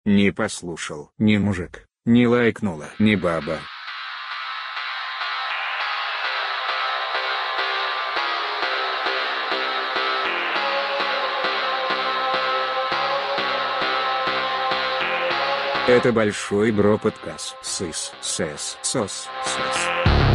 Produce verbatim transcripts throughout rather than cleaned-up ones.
Не послушал ни мужик, не лайкнула ни баба. Это большой бро подкаст. Сыс, сэс, сос, сэс.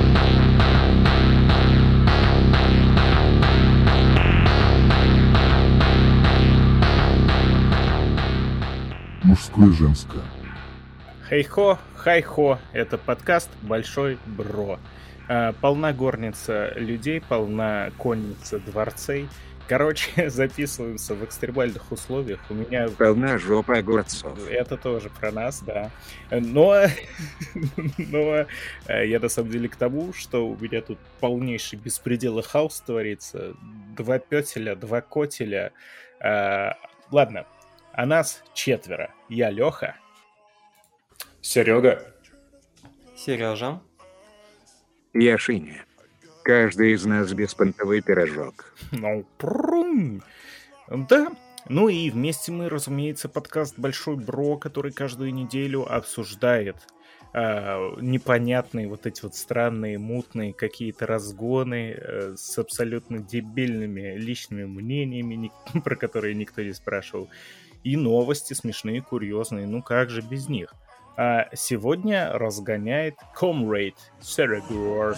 Мужское, женское. Хей-хо, хай-хо, это подкаст «Большой бро». А, полна горница людей, полна конница дворцей. Короче, записываемся в экстремальных условиях. У меня... Полна жопа огурцов. Это тоже про нас, да. Но... Но я на самом деле к тому, что у меня тут полнейший беспредел и хаос творится. Два петеля, два котеля. А, ладно. А нас четверо. Я Леха. Серега. Сережа. Я Шиня. Каждый из нас беспонтовый пирожок. Ну, прум. Да. Ну и вместе мы, разумеется, подкаст «Большой бро», который каждую неделю обсуждает э, непонятные вот эти вот странные, мутные какие-то разгоны э, с абсолютно дебильными личными мнениями, про которые никто не спрашивал. И новости смешные, курьезные, ну как же без них. А сегодня разгоняет Comrade Серегур.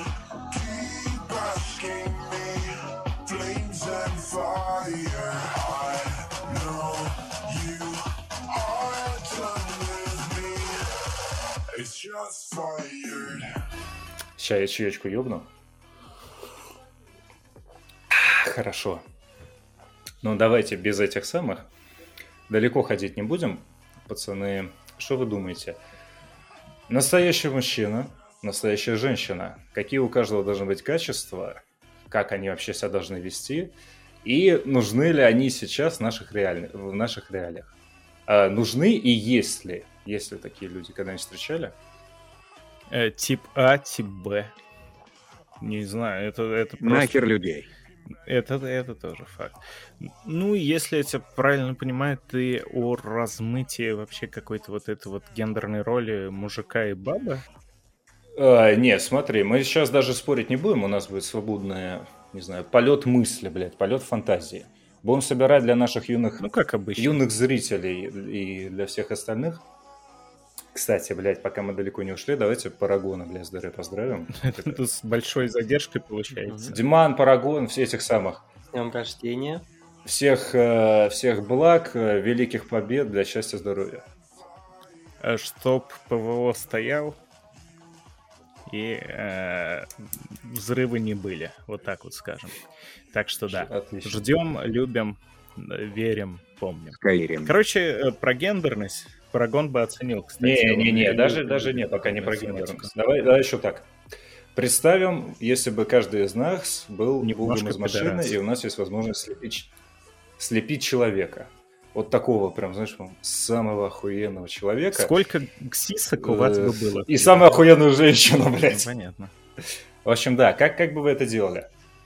Сейчас я чаечку ёбну. Хорошо. Ну давайте без этих самых. Далеко ходить не будем, пацаны. Что вы думаете? Настоящий мужчина, настоящая женщина. Какие у каждого должны быть качества? Как они вообще себя должны вести? И нужны ли они сейчас в наших, реаль... в наших реалиях? А, нужны и есть ли? Есть ли такие люди? Когда-нибудь встречали? Э, тип А, тип Б. Не знаю, это, это просто... Нахер людей. Это, это тоже факт. Ну, если я тебя правильно понимаю, ты о размытии вообще какой-то вот этой вот гендерной роли мужика и бабы? А, не, смотри, мы сейчас даже спорить не будем, у нас будет свободный, не знаю, полет мысли, блядь, полет фантазии. Будем собирать для наших юных, ну, как обычно, юных зрителей и для всех остальных. Кстати, блядь, пока мы далеко не ушли, давайте Парагона, блядь, с Дарьей поздравим. Это с большой задержкой получается. Диман, Парагон, все этих самых. С днем рождения. Всех, всех благ, великих побед, для счастья, здоровья. Чтоб ПВО стоял и э, взрывы не были, вот так вот скажем. Так что да, отлично. Ждем, любим, верим, помним. Скайрим. Короче, про гендерность Парагон бы оценил, кстати. Не-не-не, даже, даже не, пока не про гендерность. Давай, давай еще так. Представим, если бы каждый из нас был богом из машины, пидорас. И у нас есть возможность слепить, слепить человека. Вот такого прям, знаешь, самого охуенного человека. Сколько сисок у вас бы было? И самую охуенную женщину, блядь. Ну, понятно. В общем, да, как, как бы вы это делали?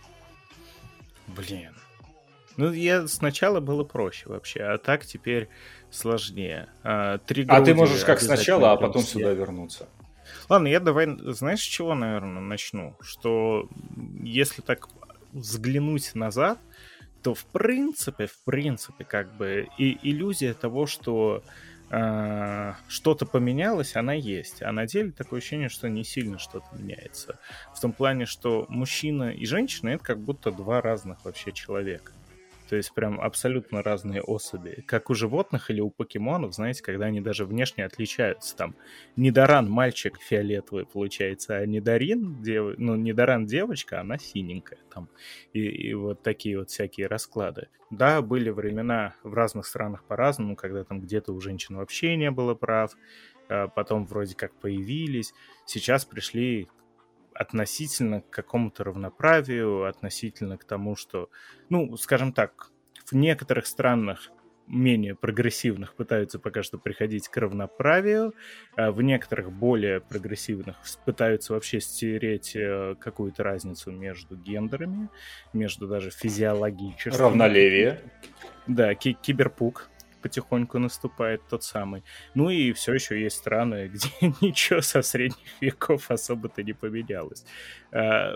Блин. Ну, я сначала было проще вообще, а так теперь сложнее. А, три а ты можешь как сначала, а потом все. Сюда вернуться. Ладно, я давай, знаешь, с чего, наверное, начну? Что если так взглянуть назад, то в принципе, в принципе, как бы и иллюзия того, что э, что-то поменялось, она есть. А на деле такое ощущение, что не сильно что-то меняется. В том плане, что мужчина и женщина — это как будто два разных вообще человека. То есть прям абсолютно разные особи. Как у животных или у покемонов, знаете, когда они даже внешне отличаются. Там Нидаран мальчик фиолетовый получается, а Нидарин, дев... ну, Нидаран девочка, она синенькая. Там. И, и вот такие вот всякие расклады. Да, были времена в разных странах по-разному, когда там где-то у женщин вообще не было прав, а потом вроде как появились. Сейчас пришли относительно к какому-то равноправию, относительно к тому, что, ну, скажем так, в некоторых странах менее прогрессивных пытаются пока что приходить к равноправию, а в некоторых более прогрессивных пытаются вообще стереть какую-то разницу между гендерами, между даже физиологическими. Равнолевие. Да, ки- киберпук. потихоньку наступает тот самый. Ну и все еще есть страны, где ничего со средних веков особо-то не поменялось. А,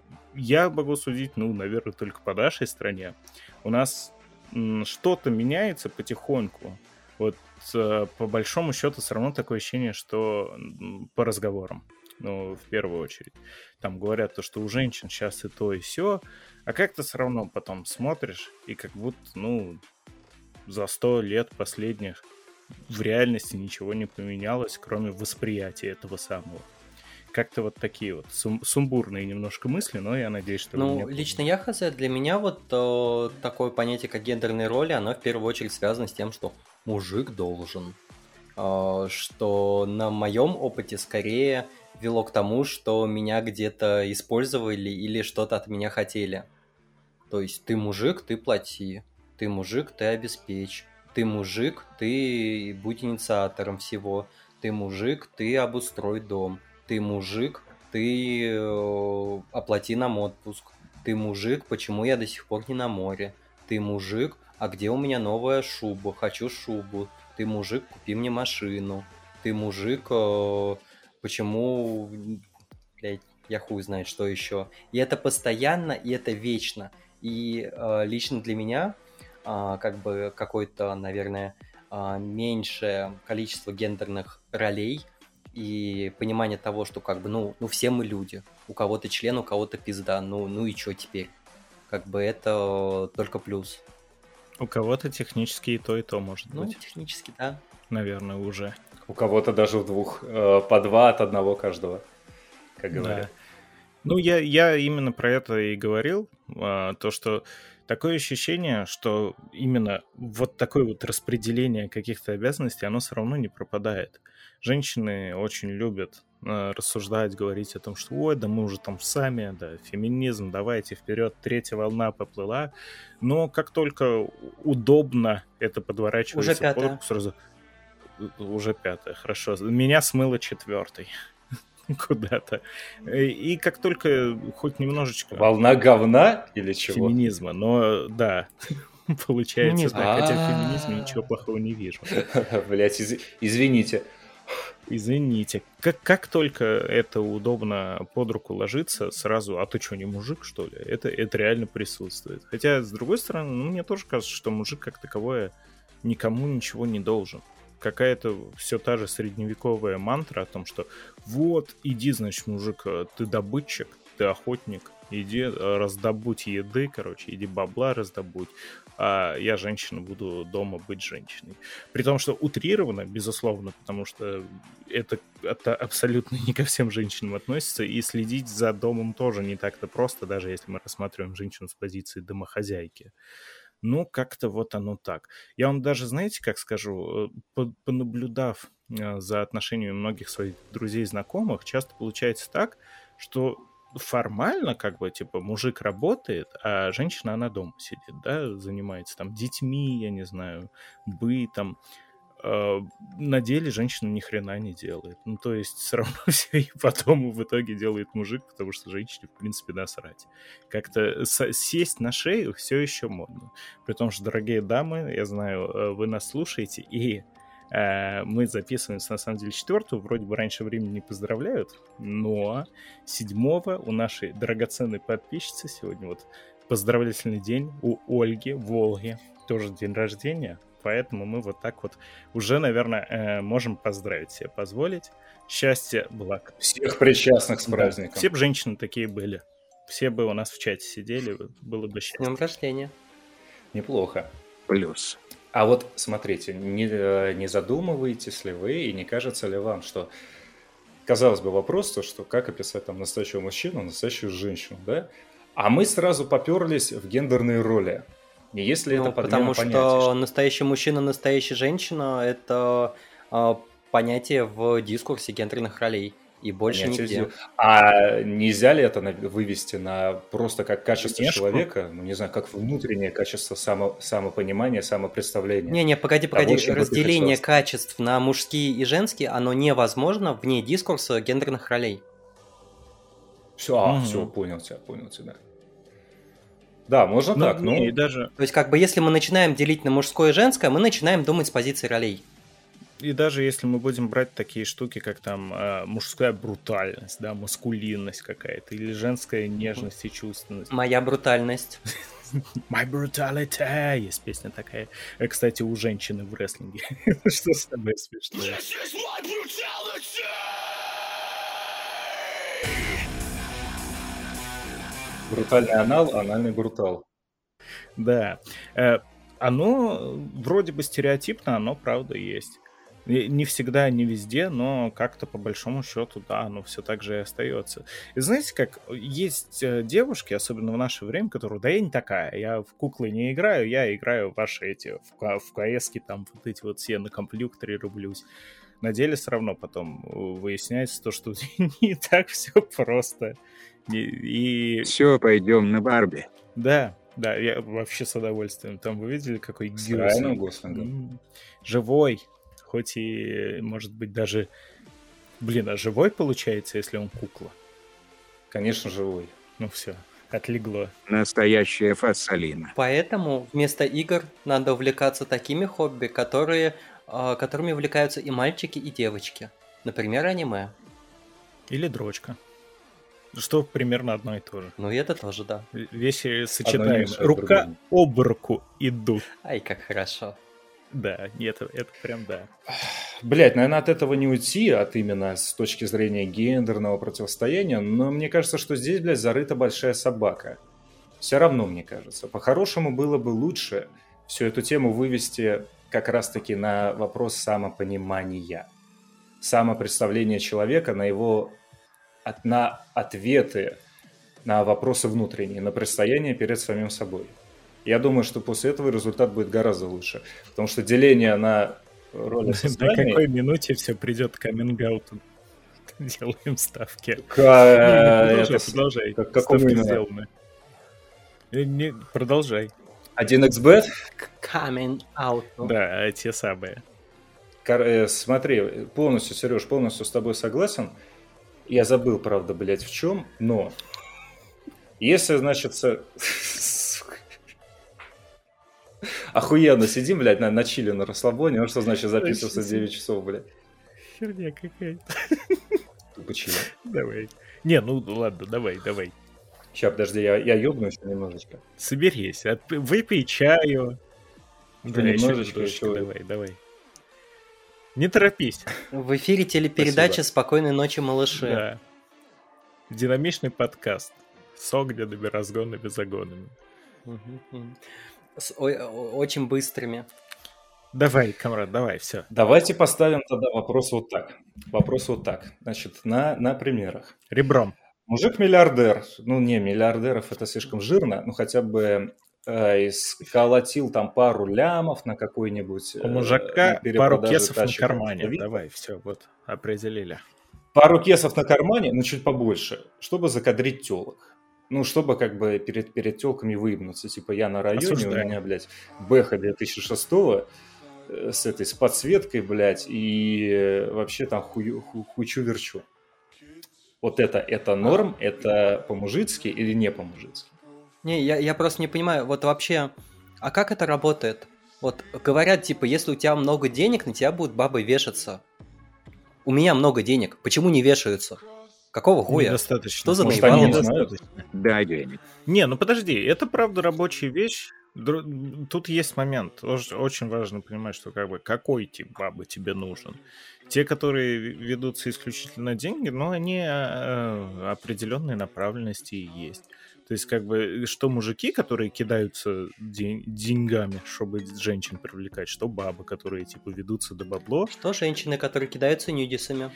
Я могу судить, ну, наверное, только по нашей стране. У нас м, что-то меняется потихоньку. Вот э, по большому счету все равно такое ощущение, что м, по разговорам, ну, в первую очередь. Там говорят то, что у женщин сейчас и то, и сё, а как-то все равно потом смотришь, и как будто, ну, за сто лет последних в реальности ничего не поменялось, кроме восприятия этого самого. Как-то вот такие вот сум- сумбурные немножко мысли, но я надеюсь, что вы Ну, меня лично поняли. я хз, для меня вот э, такое понятие, как гендерные роли, оно в первую очередь связано с тем, что мужик должен. Э, что на моем опыте скорее вело к тому, что меня где-то использовали или что-то от меня хотели. То есть ты мужик, ты плати, ты мужик, ты обеспечь, ты мужик, ты будь инициатором всего, ты мужик, ты обустрой дом, ты мужик, ты э, оплати нам отпуск, ты мужик, почему я до сих пор не на море, ты мужик, а где у меня новая шуба, хочу шубу, ты мужик, купи мне машину, ты мужик, э, почему, блядь, я хуй знает, что еще. И это постоянно, и это вечно. И э, лично для меня а, как бы какое-то, наверное, а, меньшее количество гендерных ролей и понимание того, что как бы, ну, ну все мы люди. У кого-то член, у кого-то пизда. Ну, ну и что теперь? Как бы это только плюс. У кого-то технически и то, и то может Ну, быть. технически, да. Наверное, уже. У кого-то даже в двух, э, по два от одного каждого, как говорят. Да. Ну, я, я именно про это и говорил, а, то, что такое ощущение, что именно вот такое вот распределение каких-то обязанностей, оно все равно не пропадает. Женщины очень любят а, рассуждать, говорить о том, что ой, да мы уже там сами, да, феминизм, давайте вперед, третья волна поплыла. Но как только удобно это подворачивается Уже под пятая. руку, сразу уже пятая, хорошо. Меня смыло четвертой куда-то. И как только хоть немножечко Волна говна или чего? феминизма, но да, получается Феминизма. так. Хотя в феминизме А. ничего плохого не вижу. Блять, извините. Извините. Как, как только это удобно под руку ложится, сразу, а ты что, не мужик, что ли? Это, это реально присутствует. Хотя, с другой стороны, ну, мне тоже кажется, что мужик как таковое никому ничего не должен. Какая-то все та же средневековая мантра о том, что вот, иди, значит, мужик, ты добытчик, ты охотник, иди раздобудь еды, короче, иди бабла раздобудь, а я, женщина, буду дома быть женщиной. При том, что утрировано, безусловно, потому что это, это абсолютно не ко всем женщинам относится, и следить за домом тоже не так-то просто, даже если мы рассматриваем женщину с позиции домохозяйки. Ну, как-то вот оно так. Я вам даже, знаете, как скажу, по- понаблюдав э, за отношениями многих своих друзей и знакомых, часто получается так, что формально, как бы, типа, мужик работает, а женщина, она дома сидит, да, занимается там детьми, я не знаю, бытом. Э, На деле женщина ни хрена не делает. Ну, то есть все равно все и потом в итоге делает мужик, потому что женщине, в принципе, насрать. Как-то с- сесть на шею все еще модно. При том, что, дорогие дамы, я знаю, э, вы нас слушаете, и э, мы записываемся, на самом деле, четвертую, вроде бы раньше времени не поздравляют, но седьмого у нашей драгоценной подписчицы сегодня вот поздравительный день у Ольги Волги, тоже день рождения. Поэтому мы вот так вот уже, наверное, э, можем поздравить себе, позволить. Счастья, благ. Всех причастных с Да, праздником. все бы женщины такие были. Все бы у нас в чате сидели, было бы С счастье. днем рождения. Неплохо. Плюс. А вот смотрите, не, э, не задумываетесь ли вы и не кажется ли вам, что, казалось бы, вопрос, то, что как описать там настоящего мужчину, настоящую женщину, да? А мы сразу поперлись в гендерные роли. И если Ну, это подмена потому понятий, что что- настоящий мужчина, настоящая женщина – это а, понятие в дискурсе гендерных ролей. И больше понятие нигде. сдел- А нельзя ли это на- вывести на просто как качество Внешку? человека, ну не знаю, как внутреннее качество само, самопонимания, самопредставления? Не-не, погоди, Того, погоди. чем бы ты Разделение хотел стать. качеств на мужские и женские, оно невозможно вне дискурса гендерных ролей. Все, а, Мгм. все, понял тебя, понял тебя. Да, можно Ну, так, не, ну... и даже, То есть, как бы, если мы начинаем делить на мужское и женское, мы начинаем думать с позиции ролей. и даже если мы будем брать такие штуки, как там э, мужская брутальность, да, маскулинность какая-то, или женская нежность и чувственность. Моя брутальность. My brutality! Есть песня такая. Э, Кстати, у женщины в рестлинге. Что самое смешное. Брутальный анал, анальный брутал. Да. Э, Оно вроде бы стереотипно, оно правда есть. Не не всегда, не везде, но как-то по большому счету, да, оно все так же и остается. И знаете, как есть э, девушки, особенно в наше время, которые, да я не такая, я в куклы не играю, я играю в ваши эти, в, ка- в КСки, там вот эти вот все на компьютере рублюсь. На деле все равно потом э, выясняется то, что не так все просто. И, и Все, пойдем на Барби. да, да, я вообще с удовольствием. Там вы видели, какой С гюс? Райаном Гослингом. М, Живой. Хоть и, может быть, даже... Блин, а живой получается, если он кукла? Конечно, живой. Ну все, отлегло. Настоящая фасолина. Поэтому вместо игр надо увлекаться такими хобби, которые, а, которыми увлекаются и мальчики, и девочки. Например, аниме. Или дрочка. Что примерно одно и то же. Ну и это тоже, да. В- Вещи сочетаемые. меньше, а Рука другое. об руку идут. Ай, как хорошо. Да, нет, это прям да. Блять, наверное, от этого не уйти, от именно с точки зрения гендерного противостояния, но мне кажется, что здесь, блядь, зарыта большая собака. Все равно, мне кажется. По-хорошему было бы лучше всю эту тему вывести как раз-таки на вопрос самопонимания. Самопредставления человека на его... от- на ответы на вопросы внутренние, на предстояние перед самим собой. Я думаю, что после этого результат будет гораздо лучше. Потому что деление на роли На социальной... какой минуте все придет к каминг-ауту? Делаем ставки. Ка- Не, не, это продолжай, с- продолжай. как- какому Ставки именно? сделаны. Э, не- Продолжай. один икс бет? Coming out. ну. Да, те самые. Кор- э, Смотри, полностью, Сереж, полностью с тобой согласен. Я забыл, правда, блядь, в чем, но если, значит, со- сука. Охуенно сидим, блядь, на, на чиле, на расслабоне, ну что значит записываться девять часов, блядь? Херня какая-то. Тупо чилим. Давай. Не, ну ладно, давай, давай. Сейчас, подожди, я, я ёбну еще немножечко. Соберись, от- выпей чаю. Да, еще немножечко, немножечко, еще. давай, давай. Не торопись. В эфире телепередачи «Спокойной ночи, малыши». Да. Динамичный подкаст с огненными разгонными загонами. Мгм, мгм. С о- о- очень быстрыми. Давай, Камрад, давай, все. Давайте поставим тогда вопрос вот так. Вопрос вот так. Значит, на, на примерах. Ребром. Мужик-миллиардер, ну не, миллиардеров это слишком жирно, ну хотя бы э, сколотил там пару лямов на какой-нибудь... У э, мужика на пару перепродаже кесов на тачек кармане. автовика. Давай, все, вот, определили. Пару кесов на кармане, но чуть побольше, чтобы закадрить телок. Ну, чтобы как бы перед, перед телками выебнуться. Типа я на районе, Осуждаю. у меня, блядь, Бэха две тысячи шестого э, с этой, с подсветкой, блядь, и э, вообще там хую- ху- хучу-верчу. Вот это, это норм, это по-мужицки или не по-мужицки? Не, я, я просто не понимаю, вот вообще, а как это работает? Вот говорят, типа, если у тебя много денег, на тебя будут бабы вешаться. У меня много денег, почему не вешаются? Какого хуя? Недостаточно. Что за Может, наебало? они не знают? Дай денег. Не, ну подожди, это правда рабочая вещь. Дру- Тут есть момент. Ож- Очень важно понимать, что как бы какой тип бабы тебе нужен. Те, которые ведутся исключительно на деньги, но они э, определенной направленности и есть. То есть, как бы, что мужики, которые кидаются день- деньгами, чтобы женщин привлекать, что бабы, которые, типа, ведутся до бабло. Что женщины, которые кидаются нюдисами?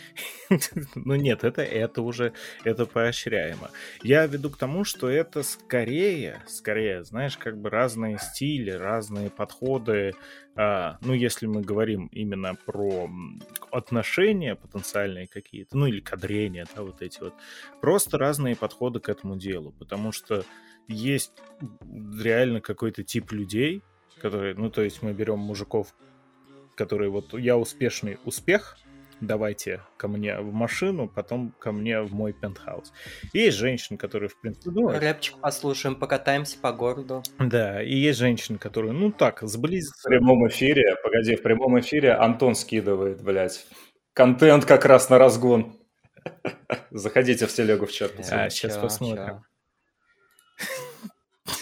Ну нет, это, это уже, это поощряемо. Я веду к тому, что это скорее, скорее, знаешь, как бы разные стили, разные подходы. А, ну, если мы говорим именно про м, отношения потенциальные какие-то, ну или кадрения, да, вот эти вот. Просто разные подходы к этому делу, потому что есть реально какой-то тип людей, которые, ну, то есть мы берем мужиков, которые вот я успешный успех, давайте ко мне в машину, потом ко мне в мой пентхаус. И есть женщины, которые, в принципе, ну, Рэпчик послушаем, покатаемся по городу. да, и есть женщины, которые, ну так, В сблизятся. прямом эфире, погоди, в прямом эфире Антон скидывает, блядь, контент как раз на разгон. Заходите в телегу в чат. А, пацаны. сейчас Ща, посмотрим. ща.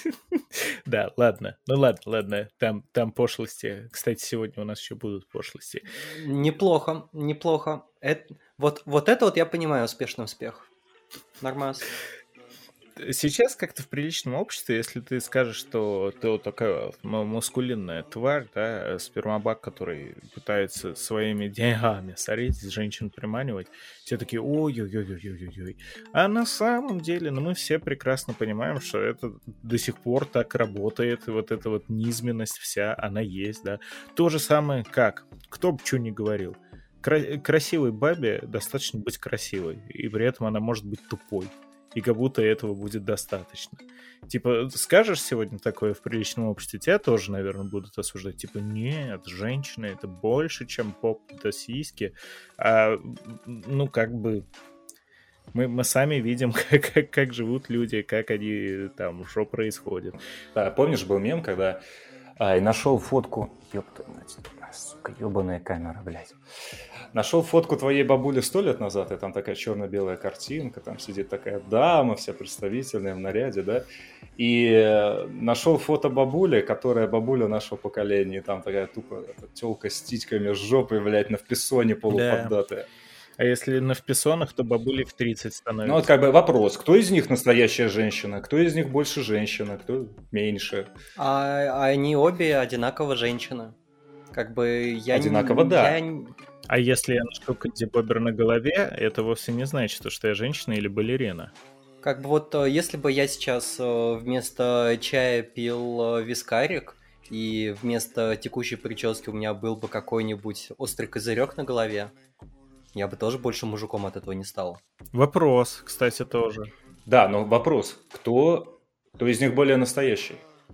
Да, ладно, ну ладно, ладно, там, там пошлости. Кстати, сегодня у нас еще будут пошлости. Неплохо, неплохо. Это, вот, вот это вот я понимаю успешный успех. Нормально. Сейчас как-то в приличном обществе, если ты скажешь, что ты вот такая вот м- мускулинная тварь, да, спермобак, который пытается своими деньгами сорить, женщин приманивать, все такие ой-ой-ой-ой-ой-ой. А на самом деле, ну мы все прекрасно понимаем, что это до сих пор так работает, и вот эта вот низменность вся, она есть, да. То же самое как, кто бы что ни говорил, кра- красивой бабе достаточно быть красивой, и при этом она может быть тупой. И как будто этого будет достаточно. Типа, скажешь сегодня такое в приличном обществе, тебя тоже, наверное, будут осуждать. Типа, нет, женщина — это больше, чем поп до сиськи. А, ну, как бы... Мы, мы сами видим, как, как, как живут люди, как они там, что происходит. Да, помнишь, был мем, когда а, и нашел фотку... Ёпта, сука, ёбаная камера, блядь. Нашел фотку твоей бабули сто лет назад, и там такая черно-белая картинка, там сидит такая дама, вся представительная в наряде, да, и э, нашел фото бабули, которая бабуля нашего поколения, и там такая тупо тёлка с титьками, с жопой, блядь, на вписоне полуподдатая. Да. А если на вписонах, то бабули в тридцать становятся. Ну вот как бы вопрос, кто из них настоящая женщина, кто из них больше женщина, кто меньше? А, а они обе одинаково женщины. Как бы я... Одинаково, не, да. Я... не- А если я ношу кандибобер на голове, это вовсе не значит, что я женщина или балерина. Как бы вот э, если бы я сейчас э, вместо чая пил э, вискарик, и вместо текущей прически у меня был бы какой-нибудь острый козырек на голове, я бы тоже больше мужиком от этого не стал. Вопрос, кстати, тоже. Да, но вопрос, кто, кто из них более настоящий?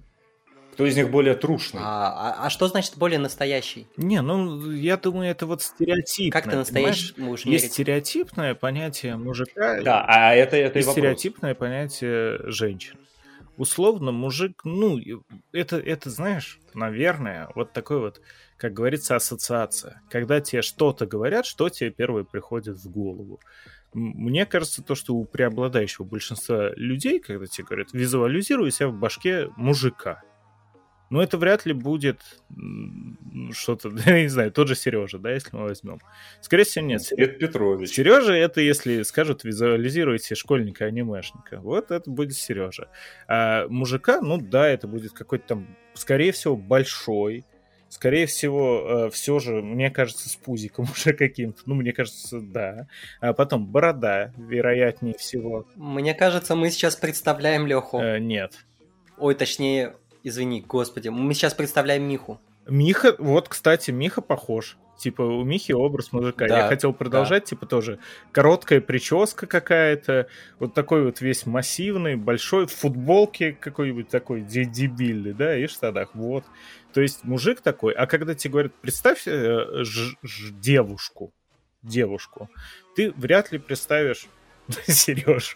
Кто из них более трушный? А, а, а что значит более настоящий? Не, ну, я думаю, это вот стереотипное. Как ты настоящий понимаешь? будешь Есть мерить? стереотипное понятие мужика Да, а это, это и и вопрос. стереотипное понятие женщин. Условно, мужик, ну, это, это, знаешь, наверное, вот такой вот, как говорится, ассоциация. Когда тебе что-то говорят, что тебе первое приходит в голову. М- Мне кажется, то, что у преобладающего большинства людей, когда тебе говорят, визуализируй себя в башке мужика. Ну, это вряд ли будет м, что-то, я не знаю, тот же Сережа, да, если мы возьмем. Скорее всего, нет. Пет Петрович. Сережа — это если скажут, визуализируйте школьника-анимешника. Вот это будет Сережа. А мужика, ну да, это будет какой-то там, скорее всего, большой. Скорее всего, все же, мне кажется, с пузиком уже каким-то. Ну, мне кажется, да. А потом борода, вероятнее всего. Мне кажется, мы сейчас представляем Леху. Э, нет. Ой, точнее, извини, господи, мы сейчас представляем Миху. Миха, вот, кстати, Миха похож. Типа, у Михи образ мужика. Да, Я хотел продолжать, типа, тоже короткая прическа какая-то, вот такой вот весь массивный, большой, в футболке какой-нибудь такой де- дебильный, да, и в штанах, вот. То есть мужик такой, а когда тебе говорят, представь э, ж- ж- девушку, девушку, ты вряд ли представишь Сережу.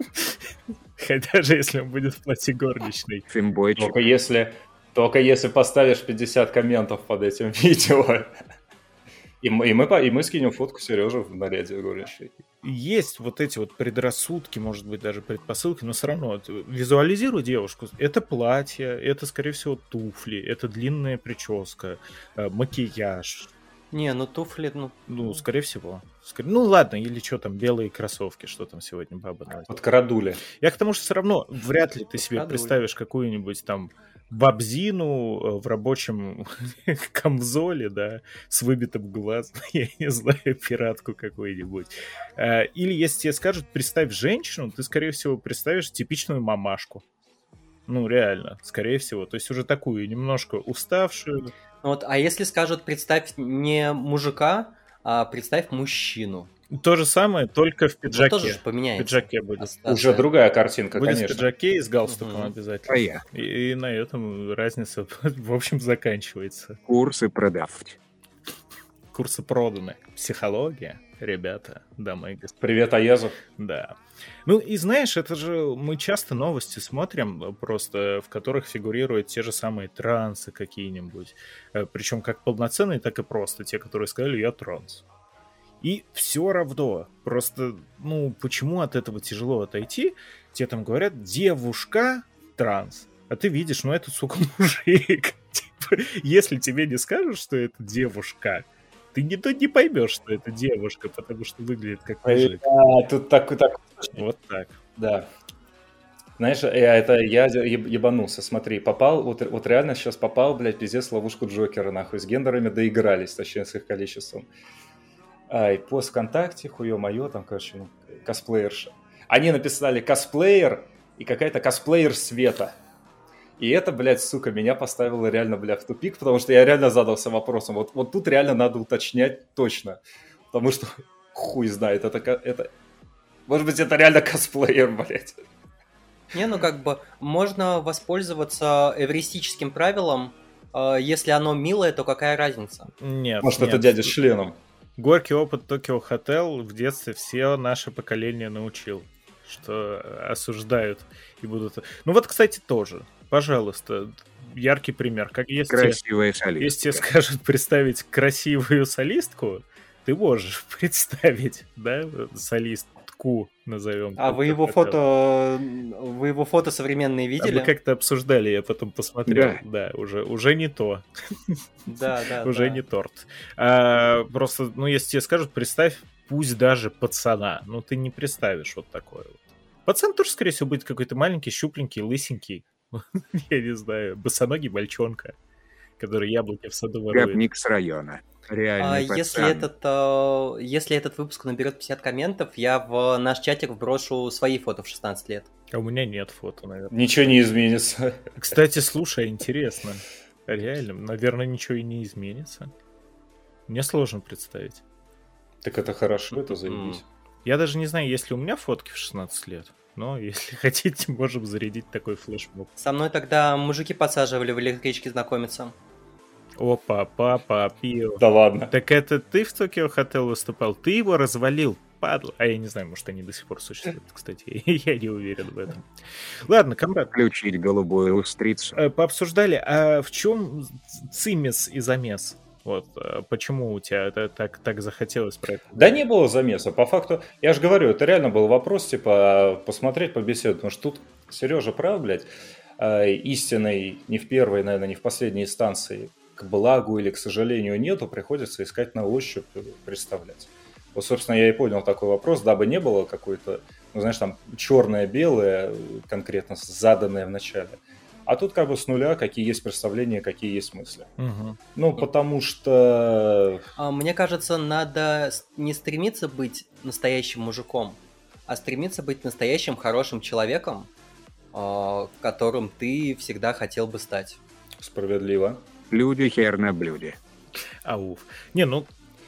Хотя же, если он будет в платье горничной. Фимбойчик. Только если, только если поставишь пятьдесят комментов под этим видео. И мы, и мы, по- и мы скинем фотку Сережи в наряде горничной. Есть вот эти вот предрассудки, может быть, даже предпосылки, но все равно вот, визуализируй девушку. Это платье, это, скорее всего, туфли, это длинная прическа, э, макияж. Не, ну туфли, ну... Ну, скорее всего. Скорее- Ну, ладно, или что там, белые кроссовки, что там сегодня баба носит. Под карадули. Я к тому, что все равно вряд ли ты себе Подкрадывали. представишь какую-нибудь там бабзину э, в рабочем камзоле, да, с выбитым глазом, я не знаю, пиратку какую-нибудь. Э, Или если тебе скажут, представь женщину, ты, скорее всего, представишь типичную мамашку. Ну, реально, скорее всего. То есть уже такую немножко уставшую. Вот, а если скажут, представь не мужика, а представь мужчину. То же самое, только в Вот пиджаке. тоже же В поменяется. пиджаке будет. ассоциация. Уже другая картинка, Будет в конечно. пиджаке и с галстуком Мгм. обязательно. А я. И, и на этом разница, в общем, заканчивается. Курсы продавать. Курсы проданы. Психология, ребята, дамы и господа. Привет, Аязу. Да. Ну и знаешь, это же мы часто новости смотрим, просто в которых фигурируют те же самые трансы какие-нибудь. Причем как полноценные, так и просто те, которые сказали «я транс». И все равно. Просто, ну, почему от этого тяжело отойти? Тебе там говорят «девушка транс». А ты видишь, ну это, сука, мужик. Типа, если тебе не скажут, что это девушка, ты не, то не поймешь, что это девушка, потому что выглядит как мужик. А, тут так, так. Вот так. Да. Знаешь, я, это я еб- ебанулся, смотри, попал, вот, вот реально сейчас попал, блядь, пиздец, в ловушку Джокера, нахуй, с гендерами доигрались, точнее, с их количеством. Ай, пост ВКонтакте, хуё-моё, там, короче, ну, косплеерша. Они написали косплеер и какая-то косплеер Света. И это, блядь, сука, меня поставило реально, блядь, в тупик, потому что я реально задался вопросом. Вот, вот тут реально надо уточнять точно. Потому что хуй знает, это, это... Может быть, это реально косплеер, блядь. Не, ну как бы можно воспользоваться эвристическим правилом. э, Если оно милое, то какая разница? Нет, Может, нет. это дядя с членом. Горький опыт Tokyo Hotel в детстве все наше поколение научил, что осуждают и будут... Ну вот, кстати, тоже. Пожалуйста, яркий пример. Как если, Красивая солистка. если тебе скажут представить красивую солистку, ты можешь представить, да, солистку назовем. А вы его фото, вы его фото современные А видели? мы как-то обсуждали, я потом посмотрел. Да. Да, уже, уже не то. Да, да, Уже да. не торт. А, просто, ну, если тебе скажут, представь, пусть даже пацана. Ну, ты не представишь вот такое вот. Пацан тоже, скорее всего, будет какой-то маленький, щупленький, лысенький. Я не знаю, босоногий мальчонка, который яблоки в саду ворует. Гопник с района. А Реальный если пацан. этот, э, если этот выпуск наберет пятьдесят комментов, я в наш чатик вброшу свои фото в шестнадцать лет. А у меня нет фото, наверное. Ничего не изменится. Кстати, слушай, интересно. Реально, наверное, ничего и не изменится. Мне сложно представить. Так это хорошо, это заебись. Я даже не знаю, есть ли у меня фотки в шестнадцать лет. Но если хотите, можем зарядить такой флешмоб. Со мной тогда мужики подсаживали в электричке знакомиться. Опа, папа, пио. Да ладно. Так это ты в Tokyo Hotel выступал? Ты его развалил, падла. А я не знаю, может, они до сих пор существуют, кстати. Я не уверен в этом. Ладно, комрад, Включить голубую устрицу. э, пообсуждали, а в чем цимес и замес? Вот, э, почему у тебя это так, так захотелось про это? Да не было замеса. По факту, я же говорю, это реально был вопрос, типа, посмотреть, побеседовать. Потому что тут Сережа прав, блядь, э, истинной не в первой, наверное, не в последней инстанции к благу или к сожалению нету, приходится искать на ощупь, представлять. Вот, собственно, я и понял такой вопрос, дабы не было какой-то, ну, знаешь, там, черное-белое, конкретно заданное в начале. А тут как бы с нуля, какие есть представления, какие есть мысли. Мгм. Ну, потому что... А, Мне кажется, надо с- не стремиться быть настоящим мужиком, а стремиться быть настоящим хорошим человеком, а, которым ты всегда хотел бы стать. Справедливо. Люди хер на блюде. Ауф. Не, ну,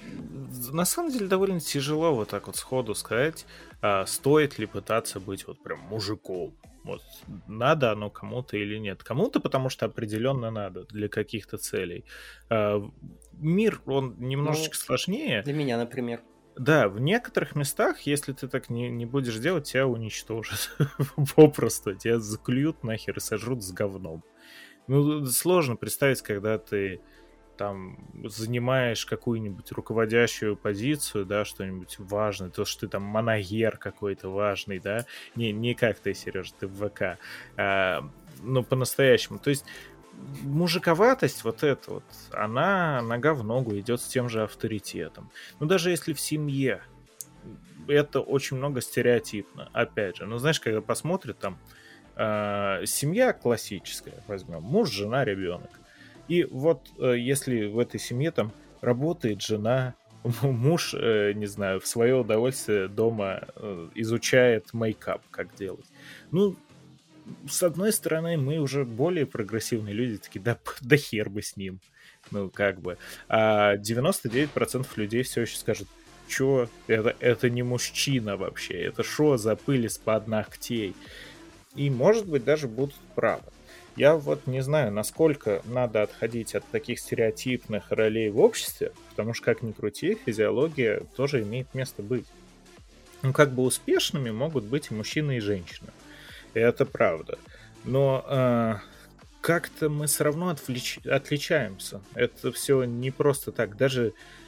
на самом деле довольно тяжело вот так вот сходу сказать, а, стоит ли пытаться быть вот прям мужиком. Вот надо оно кому-то или нет. Кому-то, потому что определенно надо для каких-то целей. А, мир, он немножечко Ну, сложнее. Для меня, например. Да, в некоторых местах, если ты так не, не будешь делать, тебя уничтожат. Попросту. Тебя заклюют нахер и сожрут с говном. Ну, сложно представить, когда ты там занимаешь какую-нибудь руководящую позицию, да, что-нибудь важное, то, что ты там манагер какой-то важный, да, не, не как ты, Сережа, ты в ВК, а, но по-настоящему. То есть мужиковатость вот эта вот, она нога в ногу идет с тем же авторитетом. Ну, даже если в семье, это очень много стереотипно, опять же. Ну, знаешь, когда посмотрят там, э, семья классическая, возьмем, муж, жена, ребенок. И вот э, если в этой семье там работает жена, муж, э, не знаю, в свое удовольствие дома э, изучает мейкап, как делать. Ну, с одной стороны, мы уже более прогрессивные люди, такие, да, да хер бы с ним. Ну, как бы. А девяносто девять процентов людей все еще скажут, чё, это, это не мужчина вообще, это шо за пыль из-под ногтей. И, может быть, даже будут правы. Я вот не знаю, насколько надо отходить от таких стереотипных ролей в обществе, потому что, как ни крути, физиология тоже имеет место быть. Ну, как бы успешными могут быть и мужчины, и женщины. И это правда. Но э, как-то мы все равно отвлеч... отличаемся. Это все не просто так. Даже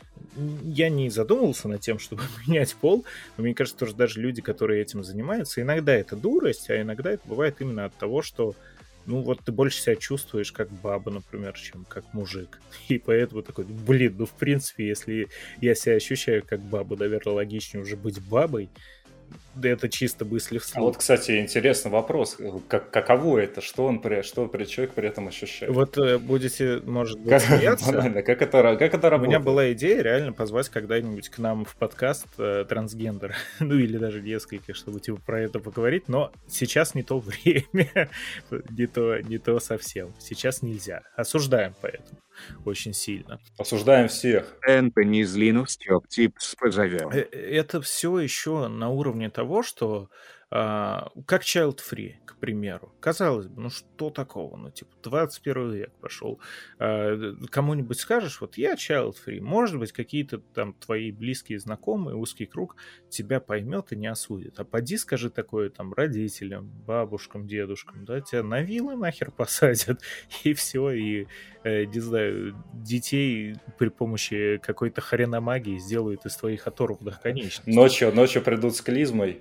я не задумывался над тем, чтобы менять пол, но мне кажется, что даже люди, которые этим занимаются, иногда это дурость, а иногда это бывает именно от того, что ну вот ты больше себя чувствуешь как баба, например, чем как мужик. И поэтому такой, блин, ну в принципе, если я себя ощущаю как баба, наверное, логичнее уже быть бабой. Да это чисто мысли вслух. А вот, кстати, интересный вопрос. Как, каково это? Что он при, что при, человек при этом ощущает? Вот э, будете, может быть, Как, смеяться. банально, как это, как это У работает? меня была идея реально позвать когда-нибудь к нам в подкаст э, трансгендер. Ну или даже нескольких, чтобы типа про это поговорить. Но сейчас не то время. не, то, не то совсем. Сейчас нельзя. Осуждаем поэтому. Очень сильно. Осуждаем всех. Энтони из Linux Tech Tips позовем. Э, Это все еще на уровне того, что а, как child free, к примеру. Казалось бы, ну что такого? Ну, типа, двадцать первый век пошел. А, кому-нибудь скажешь, вот я child free, может быть, какие-то там твои близкие знакомые, узкий круг тебя поймет и не осудит. А поди скажи такое там родителям, бабушкам, дедушкам, да, тебя на вилы нахер посадят, и все, и, э, не знаю, детей при помощи какой-то хреномагии сделают из твоих оторванных конечностей. Ночью, ночью придут с клизмой,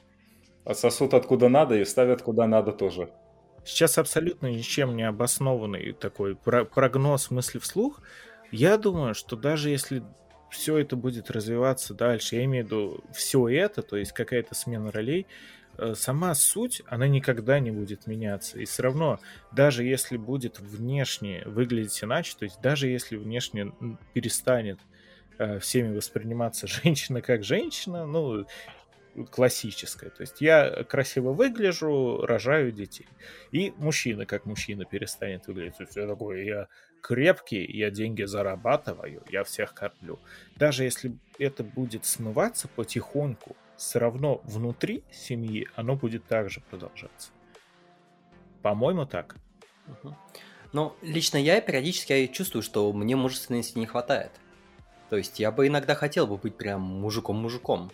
отсосут откуда надо и вставят куда надо тоже. Сейчас абсолютно ничем не обоснованный такой про- прогноз мысли вслух. Я думаю, что даже если все это будет развиваться дальше, я имею в виду все это, то есть какая-то смена ролей, э, сама суть, она никогда не будет меняться. И все равно, даже если будет внешне выглядеть иначе, то есть даже если внешне м, перестанет э, всеми восприниматься женщина как женщина, ну, классическая. То есть я красиво выгляжу, рожаю детей. И мужчина как мужчина перестанет выглядеть. То есть я такой, я крепкий, я деньги зарабатываю, я всех кормлю. Даже если это будет смываться потихоньку, все равно внутри семьи оно будет также продолжаться. По-моему, так. Мгм. Но лично я периодически я чувствую, что мне мужественности не хватает. То есть я бы иногда хотел бы быть прям мужиком-мужиком.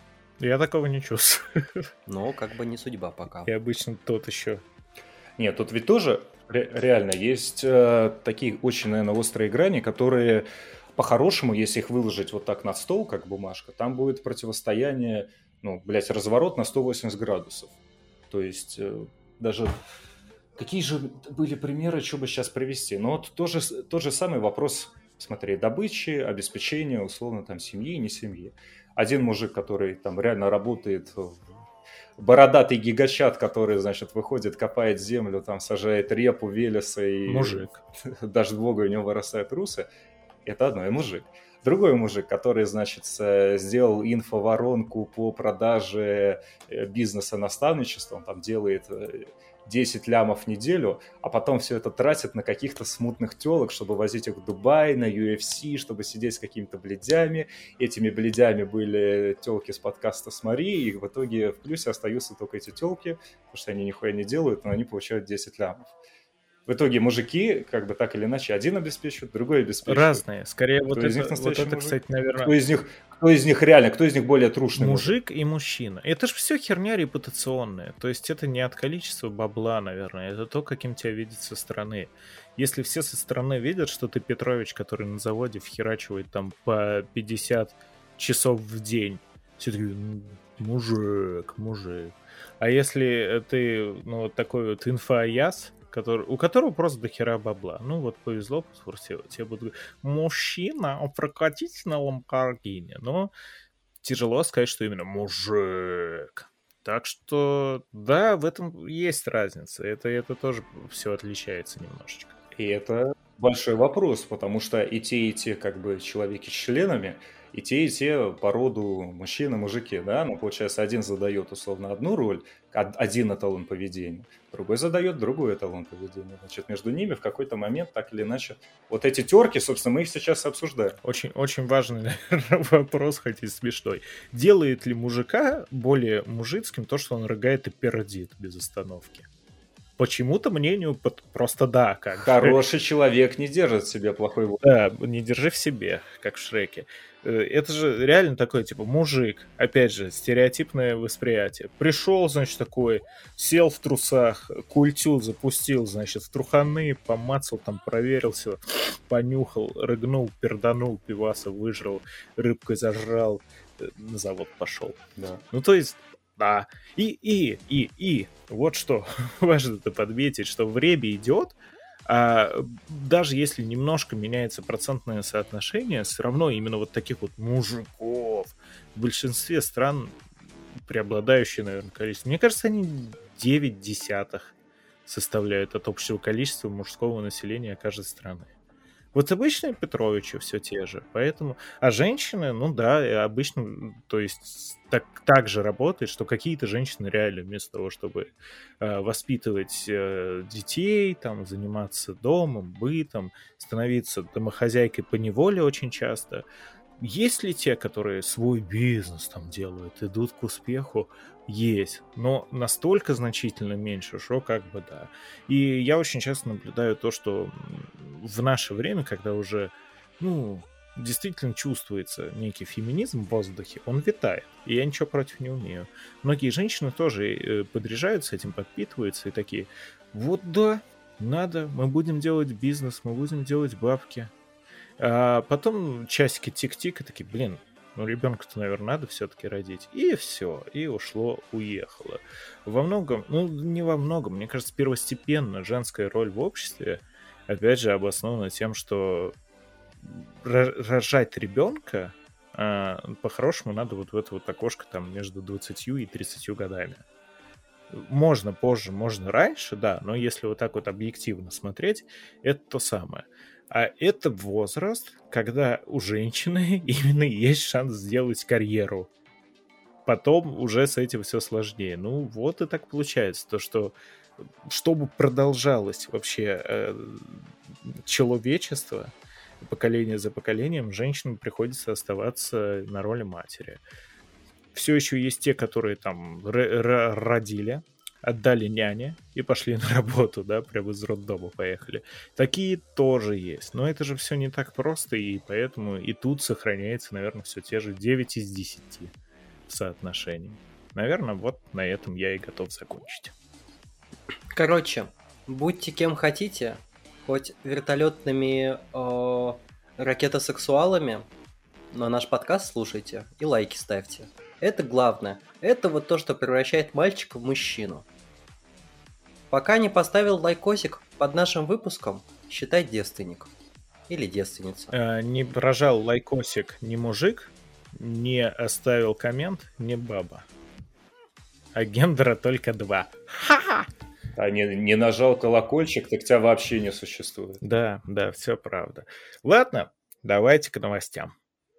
Я такого не чувствую. Но как бы не судьба пока. Я обычно тот еще. Нет, тут ведь тоже ре- реально есть э, такие очень, наверное, острые грани, которые по-хорошему, если их выложить вот так на стол, как бумажка, там будет противостояние, ну, блядь, разворот на сто восемьдесят градусов. То есть э, даже... Какие же были примеры, что бы сейчас привести? Ну, вот тоже, тот же самый вопрос, смотри, добычи, обеспечения, условно, там, семьи, не семьи. Один мужик, который там реально работает, бородатый гигачат, который, значит, выходит, копает землю, там, сажает репу, велеса и... Мужик. Даже двога у него вырастают русы. Это одно, и мужик. Другой мужик, который, значит, с- сделал инфоворонку по продаже э, бизнеса наставничества, он там делает э, десять лямов в неделю, а потом все это тратит на каких-то смутных телок, чтобы возить их в Дубай, на ю эф си, чтобы сидеть с какими-то блядями. Этими блядями были телки с подкаста с Марией, и в итоге в плюсе остаются только эти телки, потому что они нихуя не делают, но они получают десять лямов. В итоге мужики, как бы так или иначе, один обеспечивает, другой обеспечивает. Разные. Скорее, вот Кто из это, них вот настоящий это, мужик? кстати, наверное... Кто из них, кто из них реально, кто из них более трушный мужик? Мужик и мужчина. Это же все херня репутационная. То есть это не от количества бабла, наверное. Это то, каким тебя видят со стороны. Если все со стороны видят, что ты Петрович, который на заводе вхерачивает там по пятьдесят часов в день, все такие, «Ну, мужик, мужик. А если ты, ну, вот такой вот инфоаяс, который, у которого просто дохера бабла. Ну, вот повезло, посфорсило. Тебе будут говорить, мужчина, а прокатись на Ламборгини. Но тяжело сказать, что именно мужик. Так что, да, в этом есть разница. Это, это тоже все отличается немножечко. И это большой вопрос, потому что и те, и те, как бы, человеки с членами, и те, и те по роду мужчины, мужики, да, ну, получается, один задает, условно, одну роль, од- один эталон поведения, другой задает другой эталон поведения. Значит, между ними в какой-то момент, так или иначе, вот эти терки, собственно, мы их сейчас и обсуждаем. Очень, очень важный, наверное, вопрос, хоть и смешной. Делает ли мужика более мужицким то, что он рыгает и пердит без остановки? почему-то мнению под- просто да, как бы. Хороший человек не держит в себе плохой воли. Да, не держи в себе, как в Шреке. Э, Это же реально такой, типа, мужик, опять же, стереотипное восприятие. Пришел, значит, такой, сел в трусах, культю запустил, значит, в труханы, помацал, там, проверил все, понюхал, рыгнул, перданул, пиваса выжрал, рыбкой зажрал, э, на завод пошел. Да. Ну, то есть, да. И, и, и, и, вот что важно-то подметить, что время идет, а даже если немножко меняется процентное соотношение, все равно именно вот таких вот мужиков в большинстве стран преобладающее, наверное, количество. Мне кажется, они девять десятых составляют от общего количества мужского населения каждой страны. Вот обычные Петровичи все те же, поэтому... А женщины, ну да, и обычно, то есть так, так же работает, что какие-то женщины реально вместо того, чтобы э, воспитывать э, детей, там, заниматься домом, бытом, становиться домохозяйкой по неволе очень часто. Есть ли те, которые свой бизнес там делают, идут к успеху? Есть, но настолько значительно меньше, что как бы да. И я очень часто наблюдаю то, что в наше время, когда уже, ну, действительно чувствуется некий феминизм в воздухе, он витает, и я ничего против не умею. Многие женщины тоже э, подряжаются этим, подпитываются и такие, вот да, надо, мы будем делать бизнес, мы будем делать бабки. А потом часики тик-тик, и такие, блин, ну ребенка-то, наверное, надо все-таки родить. И все, и ушло, уехало. Во многом, ну не во многом, мне кажется, первостепенно женская роль в обществе, опять же, обоснована тем, что рожать ребенка а, по-хорошему надо вот в это вот окошко там между двадцатью и тридцатью годами. Можно позже, можно раньше, да, но если вот так вот объективно смотреть, это то самое. А это возраст, когда у женщины именно есть шанс сделать карьеру. Потом уже с этим все сложнее. Ну, вот и так получается. То, что чтобы продолжалось вообще э, человечество, поколение за поколением, женщинам приходится оставаться на роли матери. Все еще есть те, которые там р- р- родили, отдали няне и пошли на работу, да, прямо из роддома поехали. Такие тоже есть. Но это же все не так просто, и поэтому и тут сохраняется, наверное, все те же девять из десяти в соотношении. Наверное, вот на этом я и готов закончить. Короче, будьте кем хотите, хоть вертолетными э, ракетосексуалами, но наш подкаст слушайте и лайки ставьте. Это главное. Это вот то, что превращает мальчика в мужчину. Пока не поставил лайкосик под нашим выпуском, считай девственник. Или девственница. А, не прожал лайкосик ни мужик, не оставил коммент ни баба. А гендера только два. Ха-ха! А не, не нажал колокольчик, так тебя вообще не существует. Да, да, все правда. Ладно, давайте к новостям.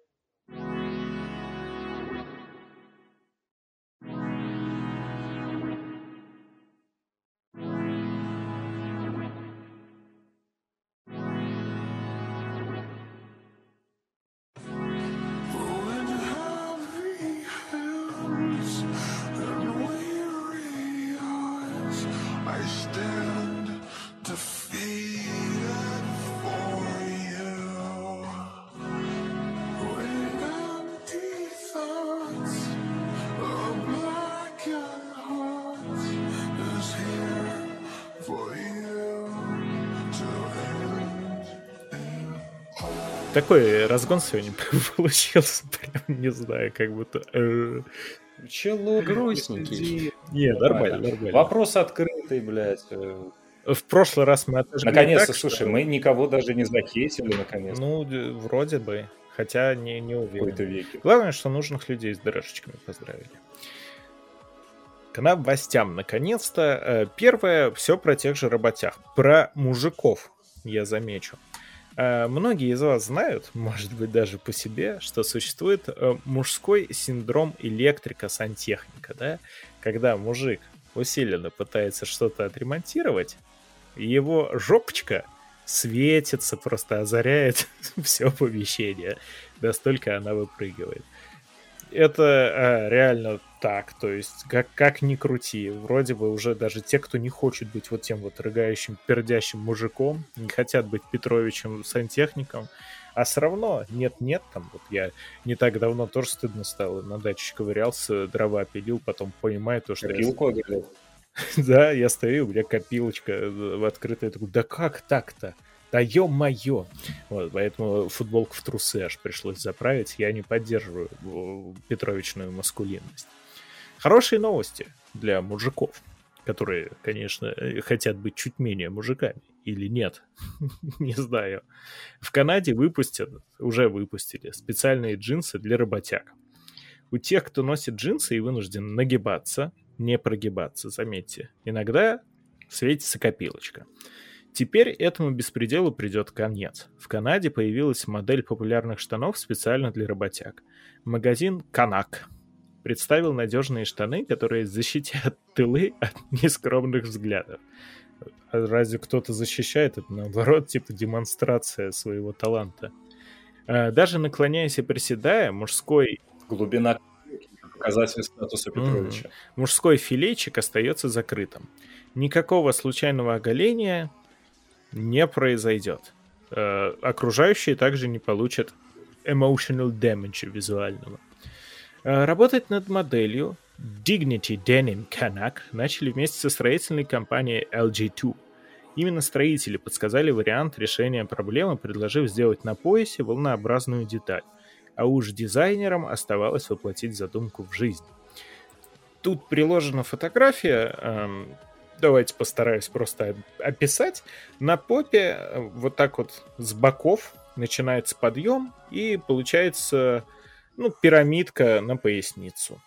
Такой разгон сегодня получился, прям не знаю, как будто... Чело грустненький. Не, нормально, нормально. Вопрос открытый, блядь. В прошлый раз мы отожгли Наконец-то, так, слушай, что... мы никого даже не захейтили, наконец-то. Ну, вроде бы, хотя не, не уверен. В какой-то веке. Главное, что нужных людей с дрожечками поздравили. К новостям, наконец-то. Первое, все про тех же работяг. Про мужиков, я замечу. Многие из вас знают, может быть, даже по себе, что существует мужской синдром электрика-сантехника, да? Когда мужик усиленно пытается что-то отремонтировать, его жопочка светится, просто озаряет все помещение. Настолько она выпрыгивает. Это э, реально так, то есть как, как ни крути, вроде бы уже даже те, кто не хочет быть вот тем вот рыгающим, пердящим мужиком, не хотят быть Петровичем сантехником, а все равно нет-нет, там вот я не так давно тоже стыдно стало, на даче ковырялся, дрова пилил, потом понимаю то, что... Копилку оголил. Да, я стою, у меня копилочка в открытой, такой, да как так-то? Да ё-моё! Вот, поэтому футболку в трусы аж пришлось заправить. Я не поддерживаю петровичную маскулинность. Хорошие новости для мужиков, которые, конечно, хотят быть чуть менее мужиками. Или нет, не знаю. В Канаде выпустят, уже выпустили специальные джинсы для работяг. У тех, кто носит джинсы и вынужден нагибаться, не прогибаться, заметьте, иногда светится копилочка. Теперь этому беспределу придет конец. В Канаде появилась модель популярных штанов специально для работяг. Магазин «Канак» представил надежные штаны, которые защитят тылы от нескромных взглядов. А разве кто-то защищает? Это, наоборот, типа демонстрация своего таланта. Даже наклоняясь и приседая, мужской... Глубина показатель статуса Петровича. Mm-hmm. Мужской филейчик остается закрытым. Никакого случайного оголения не произойдет. Э, окружающие также не получат emotional damage визуального. Э, работать над моделью Dignity Denim Canuck начали вместе со строительной компанией эл джи два. Именно строители подсказали вариант решения проблемы, предложив сделать на поясе волнообразную деталь. А уж дизайнерам оставалось воплотить задумку в жизнь. Тут приложена фотография... Эм, Давайте постараюсь просто описать. На попе вот так вот с боков начинается подъем, и получается, ну, пирамидка на поясницу.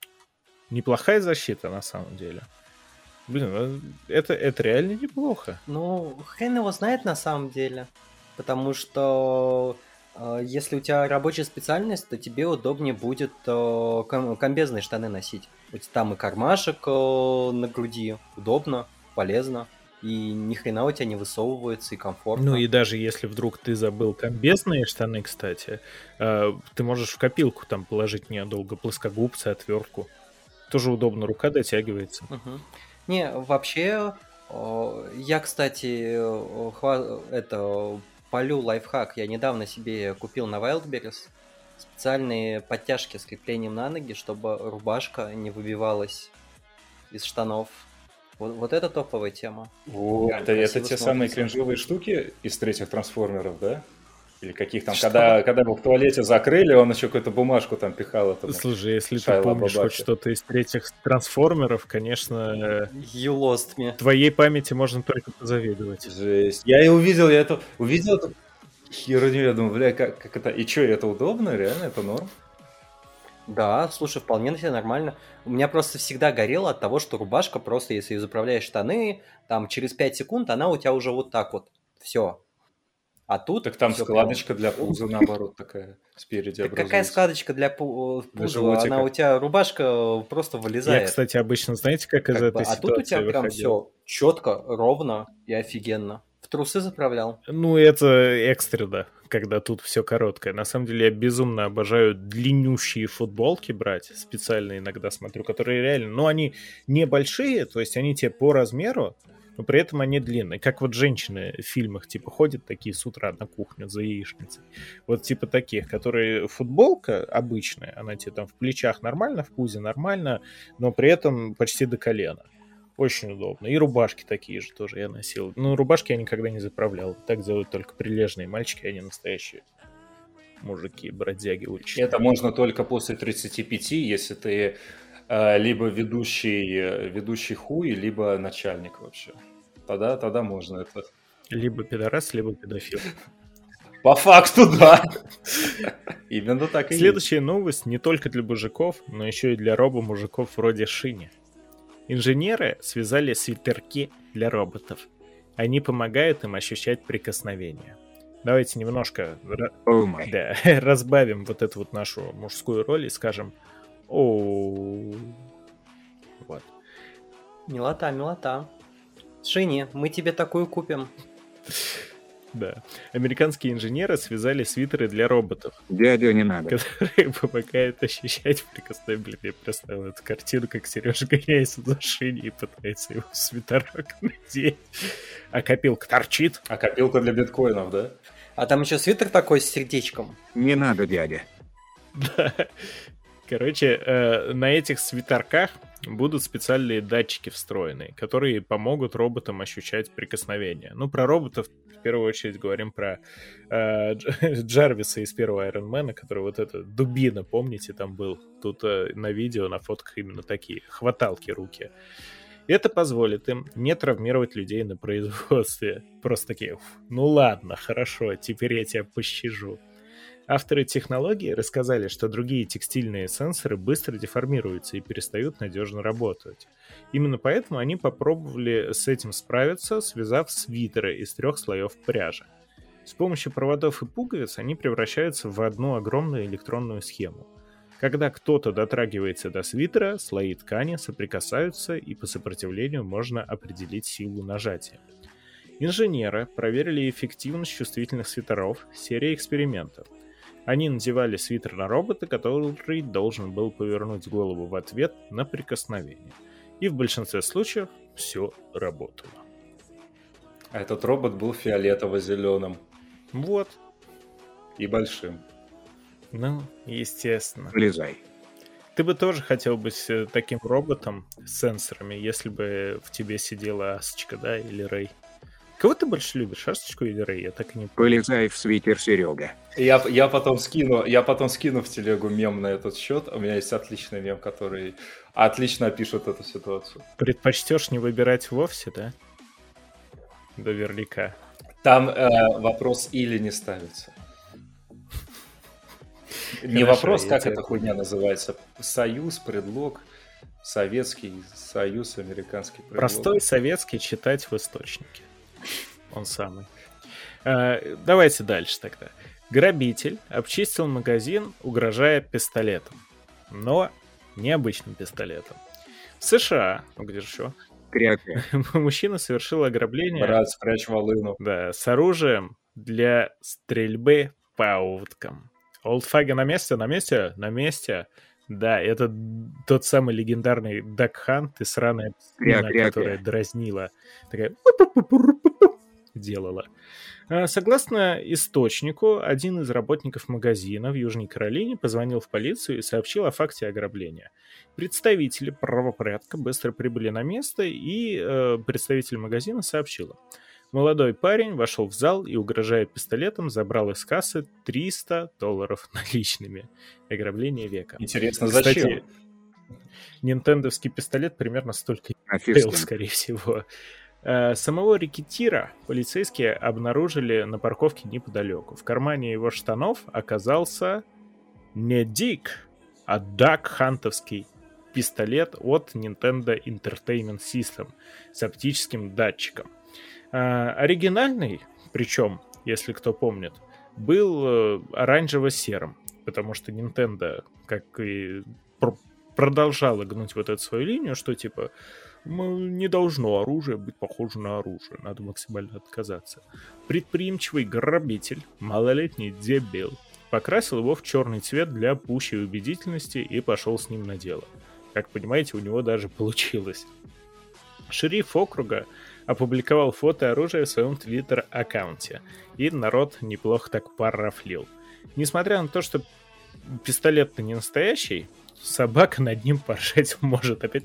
Неплохая защита, на самом деле. Блин, это, это реально неплохо. Ну, хрен его знает на самом деле. Потому что э, если у тебя рабочая специальность, то тебе удобнее будет э, ком- комбезные штаны носить. Там и кармашек э, на груди, удобно, полезно, и ни хрена у тебя не высовывается, и комфортно. Ну и даже если вдруг ты забыл комбезные штаны, кстати, э, ты можешь в копилку там положить недолго плоскогубцы, отвертку. Тоже удобно, рука дотягивается. Угу. Не, вообще, э, я, кстати, э, хва- это, полю лайфхак. Я недавно себе купил на Wildberries специальные подтяжки с креплением на ноги, чтобы рубашка не выбивалась из штанов. Вот, вот это топовая тема. О, это, это те самые кринжовые штуки из третьих трансформеров, да? Или каких там, когда, когда его в туалете закрыли, он еще какую-то бумажку там пихал. Этому. Слушай, если Шайла ты помнишь Бабахи. Хоть что-то из третьих трансформеров, конечно, you lost me. Твоей памяти можно только позавидовать. Жесть. Я и увидел, я это увидел эту херню, я думаю, бля, как, как это, и что, это удобно, реально, это норм? Да, слушай, вполне себе нормально. У меня просто всегда горело от того, что рубашка просто, если заправляешь штаны, там через пять секунд она у тебя уже вот так вот, все. А тут... Так там складочка прям... для пуза, наоборот, такая спереди образуется. Какая складочка для пу... пуза? Она у тебя, рубашка просто вылезает. Я, кстати, обычно, знаете, как, как из бы, этой а ситуации А тут у тебя выходил? Прям все четко, ровно и офигенно. В трусы заправлял. Ну, это экстренно, когда тут все короткое. На самом деле, я безумно обожаю длиннющие футболки брать. Специально иногда смотрю, которые реально... Ну, они небольшие, то есть они тебе по размеру, но при этом они длинные. Как вот женщины в фильмах, типа, ходят такие с утра на кухню за яичницей. Вот типа таких, которые футболка обычная, она тебе там в плечах нормально, в пузе нормально, но при этом почти до колена. Очень удобно. И рубашки такие же тоже я носил. Ну, рубашки я никогда не заправлял. Так делают только прилежные мальчики, а не настоящие мужики, бродяги уличные. Это можно только после тридцати пяти, если ты э, либо ведущий, ведущий хуй, либо начальник вообще. Тогда, тогда можно это. Либо пидорас, либо педофил. По факту, да. Именно так и есть. Следующая новость не только для мужиков, но еще и для робо-мужиков вроде Шини. Инженеры связали свитерки для роботов. Они помогают им ощущать прикосновение. Давайте немножко oh да, разбавим вот эту вот нашу мужскую роль и скажем о вот. Милота, милота. Шини, мы тебе такую купим. Да. Американские инженеры связали свитеры для роботов, Дядя, не надо. которые помогают ощущать прикосновение. Блин, я представил эту картину, как Сережа гоняется за шине и пытается его свитерок надеть. А копилка торчит. А копилка для биткоинов, да? А там еще свитер такой с сердечком. Не надо, дядя. Да. Короче, э, на этих свитерках будут специальные датчики встроенные, которые помогут роботам ощущать прикосновение. Ну, про роботов в первую очередь говорим про э, Джарвиса из первого Iron Man, который вот эта дубина, помните, там был. Тут э, на видео, на фотках именно такие, хваталки руки. Это позволит им не травмировать людей на производстве. Просто такие, ну ладно, хорошо, теперь я тебя пощажу. Авторы технологии рассказали, что другие текстильные сенсоры быстро деформируются и перестают надежно работать. Именно поэтому они попробовали с этим справиться, связав свитеры из трех слоев пряжи. С помощью проводов и пуговиц они превращаются в одну огромную электронную схему. Когда кто-то дотрагивается до свитера, слои ткани соприкасаются, и по сопротивлению можно определить силу нажатия. Инженеры проверили эффективность чувствительных свитеров серией экспериментов. Они надевали свитер на робота, который должен был повернуть голову в ответ на прикосновение. И в большинстве случаев все работало. А этот робот был фиолетово-зеленым Вот. и большим. Ну, естественно. Влезай. Ты бы тоже хотел быть э, таким роботом с сенсорами, если бы в тебе сидела Асочка, да, или Рэй. Кого ты больше любишь, Асочку или Рэй? Я так и не понял. Вылезай в свитер, Серега. Я, я, потом скину, я потом скину в телегу мем на этот счет. У меня есть отличный мем, который отлично опишет эту ситуацию. Предпочтешь не выбирать вовсе, да? Наверняка. Там э, вопрос или не ставится. Не Хорошо, вопрос, я как тебя эта хуйня называется. Союз, предлог, Советский Союз, американский предлог. Простой советский читать в источнике. Он самый. А, давайте дальше тогда. Грабитель обчистил магазин, угрожая пистолетом. Но необычным пистолетом. В США, ну где же еще, Крякая. мужчина совершил ограбление, Брат, спрячь волыну. да, с оружием для стрельбы по уткам. Олдфаги на месте, на месте, на месте. Да, это тот самый легендарный Дак Хант и сраная псина, Кря-кря-кря. которая дразнила. Такая делала. А, Согласно источнику, один из работников магазина в Южной Каролине позвонил в полицию и сообщил о факте ограбления. Представители правопорядка быстро прибыли на место, и э, представитель магазина сообщила. Молодой парень вошел в зал и, угрожая пистолетом, забрал из кассы триста долларов наличными. Ограбление века. Интересно, Кстати, зачем? нинтендовский пистолет примерно столько На стоил, фистинг. скорее всего. Э, Самого рекетира полицейские обнаружили на парковке неподалеку. В кармане его штанов оказался не Дик, а Дак Хантовский пистолет от Nintendo Entertainment System с оптическим датчиком. А, оригинальный, причем, если кто помнит, был э, оранжево-серым, потому что Nintendo, как и пр- продолжала гнуть вот эту свою линию, что типа «Мы- не должно оружие быть похоже на оружие, надо максимально отказаться. Предприимчивый грабитель, малолетний дебил, покрасил его в черный цвет для пущей убедительности и пошел с ним на дело. Как понимаете, у него даже получилось. Шериф округа опубликовал фото оружия в своем твиттер-аккаунте, и народ неплохо так парафлил. Несмотря на то, что пистолет-то не настоящий, собака над ним поржать может опять.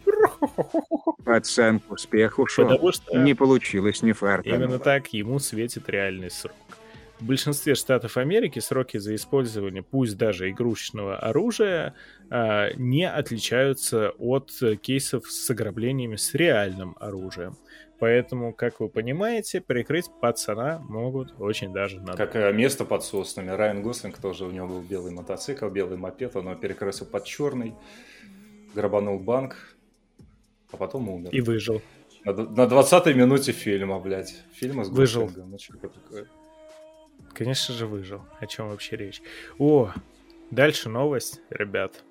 Пацан к успеху шел. Потому что Не получилось, не фарта. именно так ему светит реальный срок. В большинстве штатов Америки сроки за использование, пусть даже игрушечного оружия, а, не отличаются от кейсов с ограблениями с реальным оружием. Поэтому, как вы понимаете, прикрыть пацана могут очень даже надо. Как э, место под соснами. Райан Гослинг тоже, у него был белый мотоцикл, белый мопед, он его перекрасил под черный, грабанул банк, а потом умер. И выжил. На, д- на двадцатой минуте фильма, блядь. Фильма с Выжил. Гослингом. Ну, что такое? Конечно же, выжил. О чем вообще речь? О, дальше новость, ребят.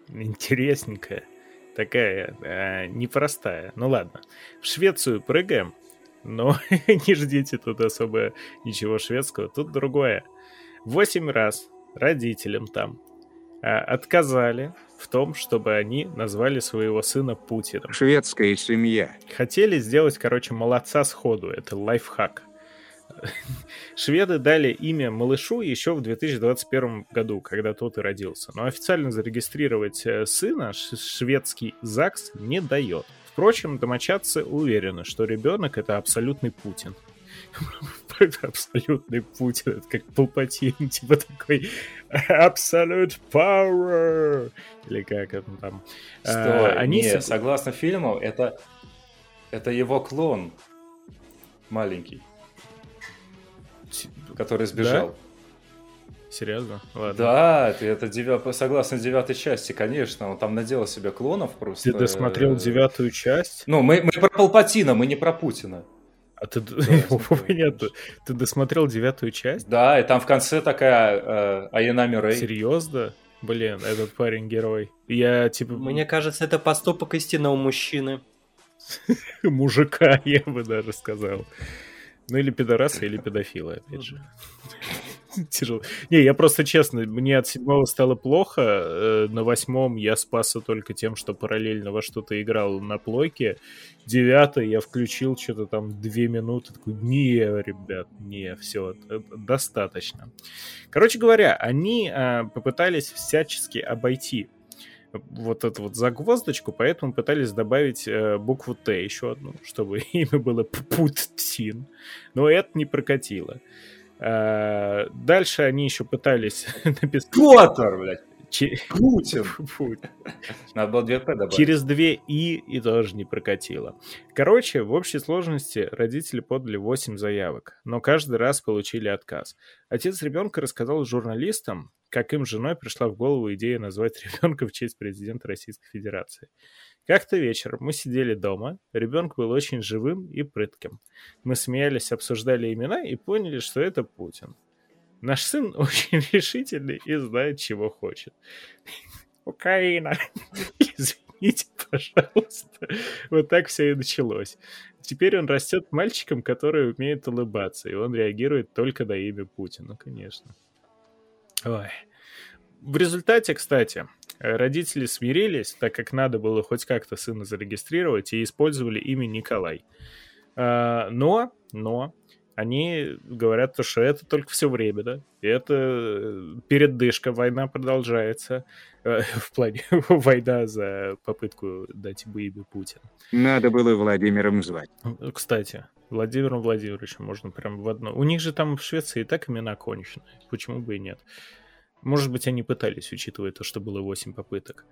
Интересненькая. Такая, э, непростая. Ну ладно. В Швецию прыгаем. но не ждите тут особо ничего шведского. Тут другое. Восемь раз родителям там а, отказали в том, чтобы они назвали своего сына Путиным. Шведская семья. Хотели сделать, короче, молодца сходу. Это лайфхак. Шведы дали имя малышу еще в две тысячи двадцать первом году, когда тот и родился. Но официально зарегистрировать сына шведский ЗАГС не дает. Впрочем, домочадцы уверены, что ребенок — это абсолютный Путин. Это абсолютный Путин, это как Палпатин, типа такой absolute power, или как это там. Стой, а, они не, с... согласно фильму, это, это его клон маленький, который сбежал. Да? Серьезно? Ладно. Да, это, это девя... согласно девятой части, конечно, он там наделал себе клонов просто. Ты досмотрел девятую часть? Ну, мы, мы про Палпатина, мы не про Путина. А ты, Да, понятно, ты досмотрел девятую часть? Да, и там в конце такая э, Аянами Рэй. Серьезно? Блин, этот парень герой. Я типа... Мне кажется, это поступок истинного мужчины. Мужика, я бы даже сказал. Ну или пидораса, или педофила, опять же. Тяжело. Не, я просто честно, мне от седьмого стало плохо. На восьмом я спасся только тем, что параллельно во что-то играл на плойке. Девятый я включил что-то там две минуты. Такой, не, ребят, не, все, достаточно. Короче говоря, они а, попытались всячески обойти вот эту вот загвоздочку, поэтому пытались добавить э, букву Т еще одну, чтобы имя было Путин. Но это не прокатило. А, дальше они еще пытались написать... Петр, блядь! Че... Путин! Фу. Надо было две П добавить. Через две И и тоже не прокатило. Короче, в общей сложности родители подали восемь заявок, но каждый раз получили отказ. Отец ребенка рассказал журналистам, как им с женой пришла в голову идея назвать ребенка в честь президента Российской Федерации. Как-то вечером мы сидели дома, ребенок был очень живым и прытким. Мы смеялись, обсуждали имена и поняли, что это Путин. Наш сын очень решительный и знает, чего хочет. Украина. Извините, пожалуйста. Вот так все и началось. Теперь он растет мальчиком, который умеет улыбаться, и он реагирует только на имя Путина, конечно. Ой. В результате, кстати, родители смирились, так как надо было хоть как-то сына зарегистрировать, и использовали имя Николай. Но, но... Они говорят, что это только все время, да? И это передышка, война продолжается. В плане война за попытку дать ему имя Путин. Надо было Владимиром звать. Кстати, Владимиром Владимировичем можно прям в одно. У них же там в Швеции и так имена кончены. Почему бы и нет? Может быть, они пытались, учитывая то, что было восемь попыток.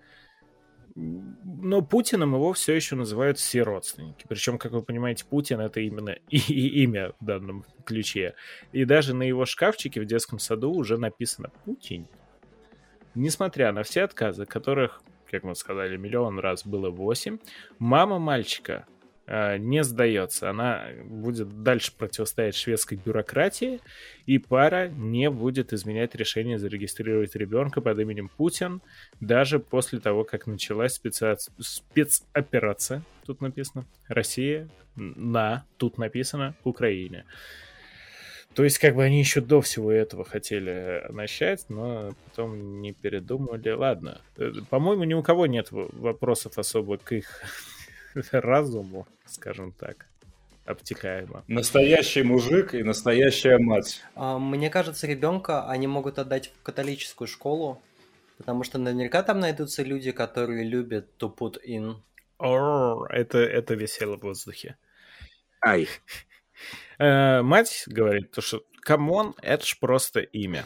Но Путиным его все еще называют все родственники. Причем, как вы понимаете, Путин — это именно и, и имя в данном ключе. И даже на его шкафчике в детском саду уже написано «Путин». Несмотря на все отказы, которых, как мы сказали, миллион раз было восемь, мама мальчика э, не сдается. Она будет дальше противостоять шведской бюрократии, и пара не будет изменять решение зарегистрировать ребенка под именем Путин, даже после того, как началась специ... спецоперация, тут написано, Россия на, тут написано, Украине. То есть, как бы они еще до всего этого хотели начать, но потом не передумали. Ладно, по-моему, ни у кого нет вопросов особо к их разуму, скажем так, обтекаемо. Настоящий мужик и настоящая мать. Мне кажется, ребенка они могут отдать в католическую школу, потому что наверняка там найдутся люди, которые любят to put in. О, это, это висело в воздухе. Ай. Мать говорит, что камон, это ж просто имя.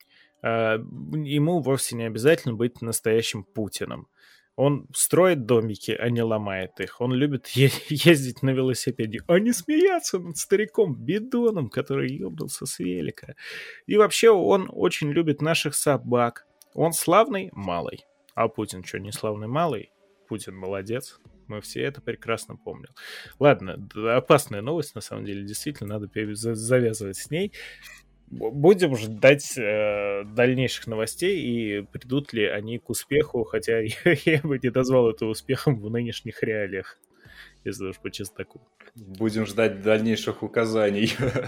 Ему вовсе не обязательно быть настоящим Путиным. Он строит домики, а не ломает их. Он любит е- ездить на велосипеде, а не смеяться над стариком-бидоном, который ебался с велика. И вообще он очень любит наших собак. Он славный малый. А Путин что, не славный малый? Путин молодец. Мы все это прекрасно помним. Ладно, опасная новость, на самом деле. Действительно, надо завязывать с ней. Будем ждать э, дальнейших новостей, и придут ли они к успеху, хотя я, я бы не назвал это успехом в нынешних реалиях. если уж по чесноку. Будем ждать дальнейших указаний.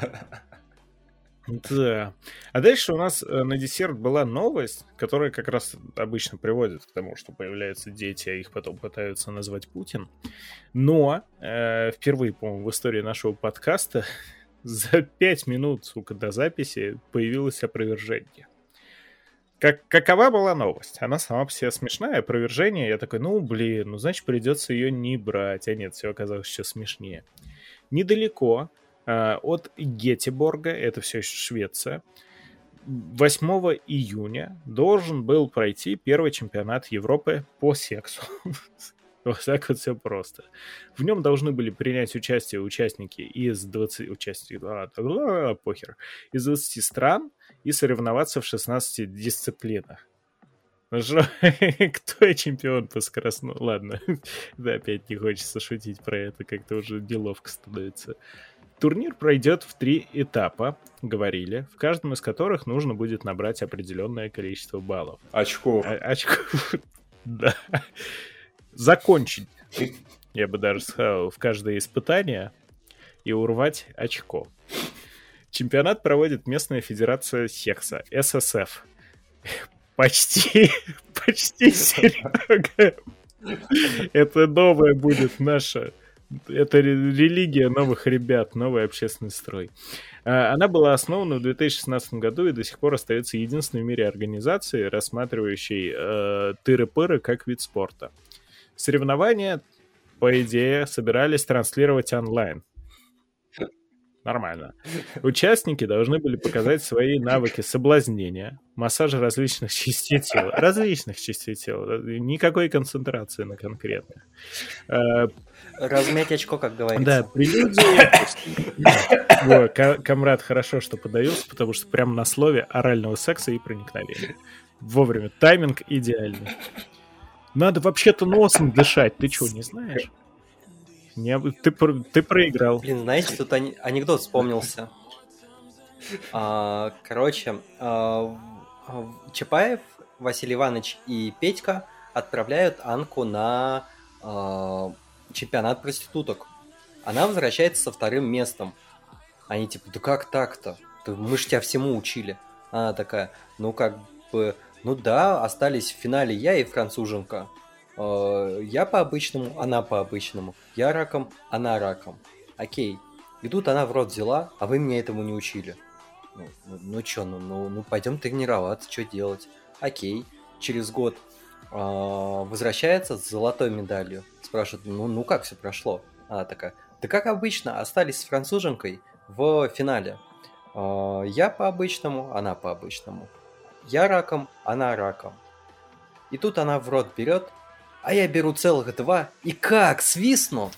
Да. А дальше у нас на десерт была новость, которая как раз обычно приводит к тому, что появляются дети, а их потом пытаются назвать Путин. Но э, впервые, по-моему, в истории нашего подкаста за пять минут, сука, до записи появилось опровержение. Как, какова была новость? Она сама по себе смешная, опровержение. Я такой, ну, блин, ну, значит, придется ее не брать. А нет, все оказалось еще смешнее. Недалеко э, от Гетеборга, это все еще Швеция, восьмого июня должен был пройти первый чемпионат Европы по сексу. Вот так вот все просто. В нем должны были принять участие участники из двадцати, участники, а, а, похер, из двадцати стран и соревноваться в шестнадцати дисциплинах. Ну что, кто чемпион по скоростному? Ладно, да, опять не хочется шутить про это, как-то уже неловко становится. Турнир пройдет в три этапа, говорили, в каждом из которых нужно будет набрать определенное количество баллов. Очков. А- очков, да. Закончить, я бы даже сказал, в каждое испытание и урвать очко. Чемпионат проводит местная федерация секса, эс эс эф. Почти, почти, Серега. Это новая будет наша... Это религия новых ребят, новый общественный строй. Она была основана в две тысячи шестнадцатом году и до сих пор остается единственной в мире организацией, рассматривающей э, тыры-пыры как вид спорта. Соревнования, по идее, собирались транслировать онлайн. Нормально. Участники должны были показать свои навыки соблазнения, массажа различных частей тела. Различных частей тела. Никакой концентрации на конкретных. Размять очко, как говорится. Да, прелюдия. Ой, Камрад хорошо, что подавился, потому что прямо на слове орального секса и проникновения. Вовремя. Тайминг идеальный. Надо вообще-то носом дышать. Ты что, не знаешь? Не, ты, ты проиграл. Блин, знаете, тут ани- анекдот вспомнился. А, короче, а, Чапаев, Василий Иванович и Петька отправляют Анку на а, чемпионат проституток. Она возвращается со вторым местом. Они типа, да как так-то? Мы ж тебя всему учили. Она такая, ну как бы, ну да, остались в финале я и француженка. Я по-обычному, она по-обычному. Я раком, она раком. Окей. И тут она в рот взяла, а вы меня этому не учили. Ну, ну, ну чё, ну, ну, ну пойдем тренироваться, что делать? Окей. Через год э, возвращается с золотой медалью. Спрашивает, ну, ну как все прошло? Она такая, да как обычно, остались с француженкой в финале. Э, я по-обычному, она по-обычному. Я раком, она раком. И тут она в рот берет, а я беру целых два, и как свистну.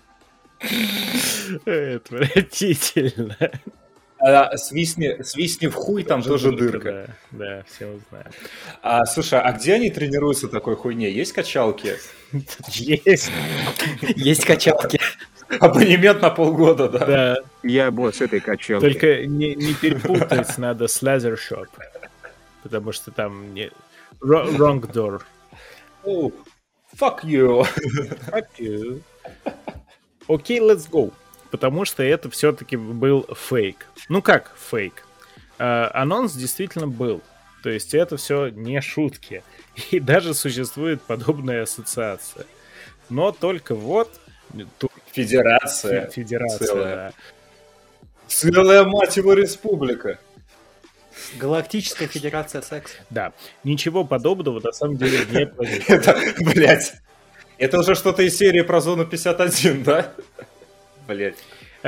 Отвратительно. А, свистни, свистни в хуй, там тоже дырка. Да, да, все мы знаем. А, слушай, а где они тренируются такой хуйне? Есть качалки? Есть. Есть качалки. Абонемент на полгода, да? Да. Я босс этой качалки. Только не, не перепутать надо с Laser Shop. Потому что там не... Wrong door. Oh, fuck you. Fuck you. Окей, okay, let's go. Потому что это все-таки был фейк. Ну как фейк? А, анонс действительно был. То есть это все не шутки. И даже существует подобная ассоциация. Но только вот... Федерация. Федерация, целая. да. Целая, мать его, республика. Галактическая федерация секса. Да. Ничего подобного на самом деле не произошло. Это, блядь. Это уже что-то из серии про зону пятьдесят один, да? Блять.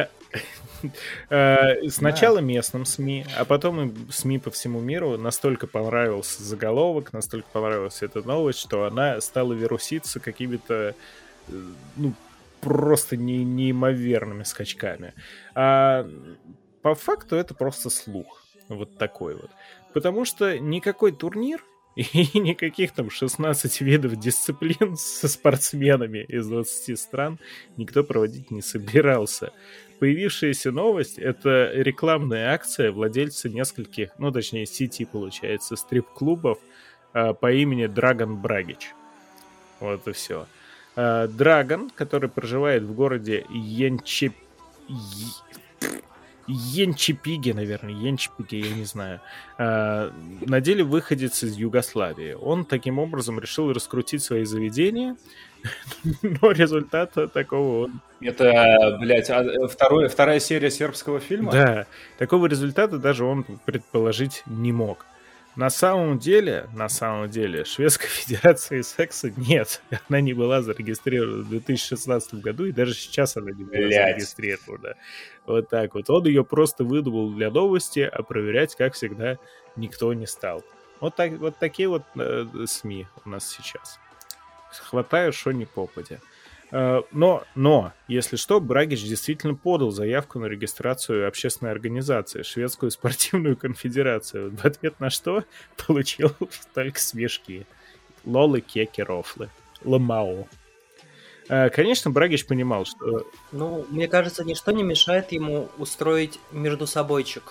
Сначала местным СМИ, а потом и СМИ по всему миру настолько понравился заголовок, настолько понравилась эта новость, что она стала вируситься какими-то, ну, просто не, неимоверными скачками. А по факту это просто слух. Вот такой вот. Потому что никакой турнир и никаких там шестнадцать видов дисциплин со спортсменами из двадцати стран никто проводить не собирался. Появившаяся новость — это рекламная акция владельца нескольких, ну точнее сети, получается, стрип-клубов э, по имени Драгон Брагич. Вот и все. Драгон, который проживает в городе Янчеп... Янчепиге, наверное, Янчепиге, я не знаю. На деле выходец из Югославии. Он таким образом решил раскрутить свои заведения, но результата такого он... Это, блядь, второй, вторая серия сербского фильма? Да, такого результата даже он предположить не мог. На самом деле, на самом деле, Шведской Федерации секса нет. Она не была зарегистрирована в две тысячи шестнадцатом году, и даже сейчас она не была Блядь. зарегистрирована. Вот так вот. Он ее просто выдумал для новости, а проверять, как всегда, никто не стал. Вот, так, вот такие вот э, СМИ у нас сейчас. Хватает, что ни попадя. Но, но, если что, Брагич действительно подал заявку на регистрацию общественной организации, Шведскую спортивную конфедерацию, в ответ на что получил только смешки. Лолы, кеки, рофлы. Ламао. Конечно, Брагич понимал, что... Ну, мне кажется, ничто не мешает ему устроить между собойчик.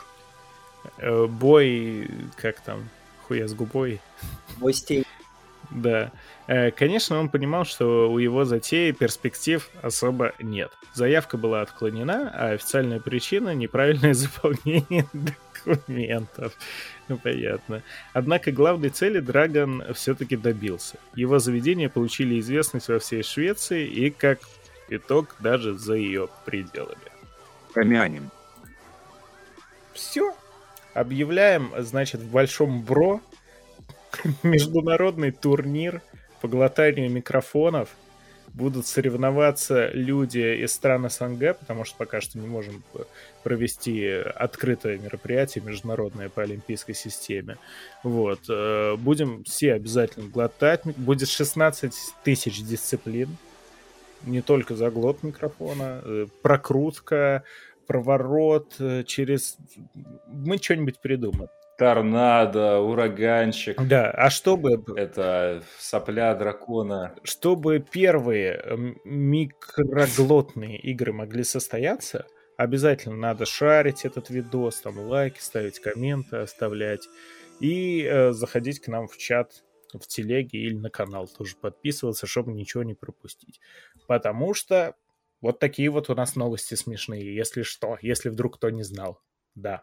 Бой, как там, хуя с губой. Бой с тенью. Да. Конечно, он понимал, что у его затеи перспектив особо нет. Заявка была отклонена, а официальная причина — неправильное заполнение документов. Ну, понятно. Однако главной цели Драгон все-таки добился. Его заведения получили известность во всей Швеции и, как итог, даже за ее пределами. Помянем. Все. Объявляем, значит, в Большом Бро международный турнир по глотанию микрофонов. Будут соревноваться люди из стран СНГ, потому что пока что не можем провести открытое мероприятие международное по олимпийской системе. Вот. Будем все обязательно глотать. Будет шестнадцать тысяч дисциплин. Не только заглот микрофона, прокрутка, проворот через... Мы что-нибудь придумаем. Торнадо, ураганчик. Да, а чтобы... Это сопля дракона. Чтобы первые микроглотные игры могли состояться, обязательно надо шарить этот видос, там лайки ставить, комменты оставлять и э, заходить к нам в чат, в телеге или на канал тоже подписываться, чтобы ничего не пропустить. Потому что вот такие вот у нас новости смешные, если что, если вдруг кто не знал. Да.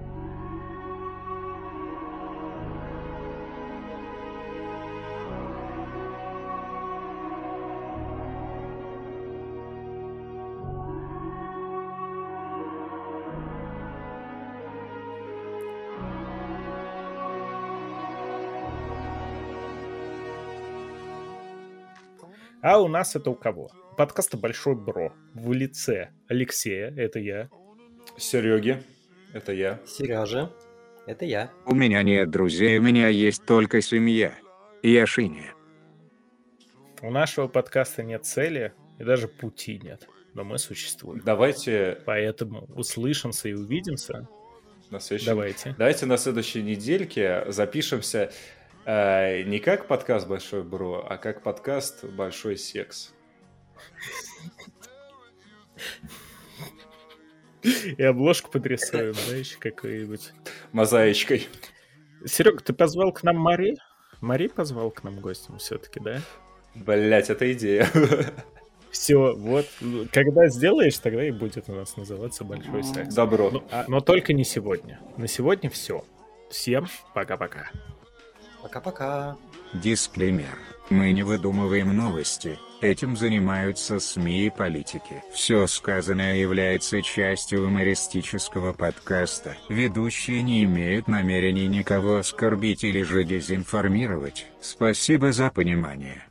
А у нас это у кого? Подкаста «Большой Бро» в лице Алексея, это я. Сереги, это я. Сережа, это я. У меня нет друзей, у меня есть только семья. Яшиня. У нашего подкаста нет цели и даже пути нет, но мы существуем. Давайте... Поэтому услышимся и увидимся. На следующей... Давайте. Давайте на следующей недельке запишемся э, не как подкаст «Большой Бро», а как подкаст «Большой секс». И обложку подрисуем, да, еще какую-нибудь. Мозаичкой. Серега, ты позвал к нам Мари? Мари позвал к нам гостем все-таки, да? Блять, это идея. Все, вот. Когда сделаешь, тогда и будет у нас называться «Большой секс». Добро. Но, а, но только не сегодня. На сегодня все. Всем пока-пока. Пока-пока. Дисклеймер. Мы не выдумываем новости, этим занимаются СМИ и политики. Все сказанное является частью юмористического подкаста. Ведущие не имеют намерений никого оскорбить или же дезинформировать. Спасибо за понимание.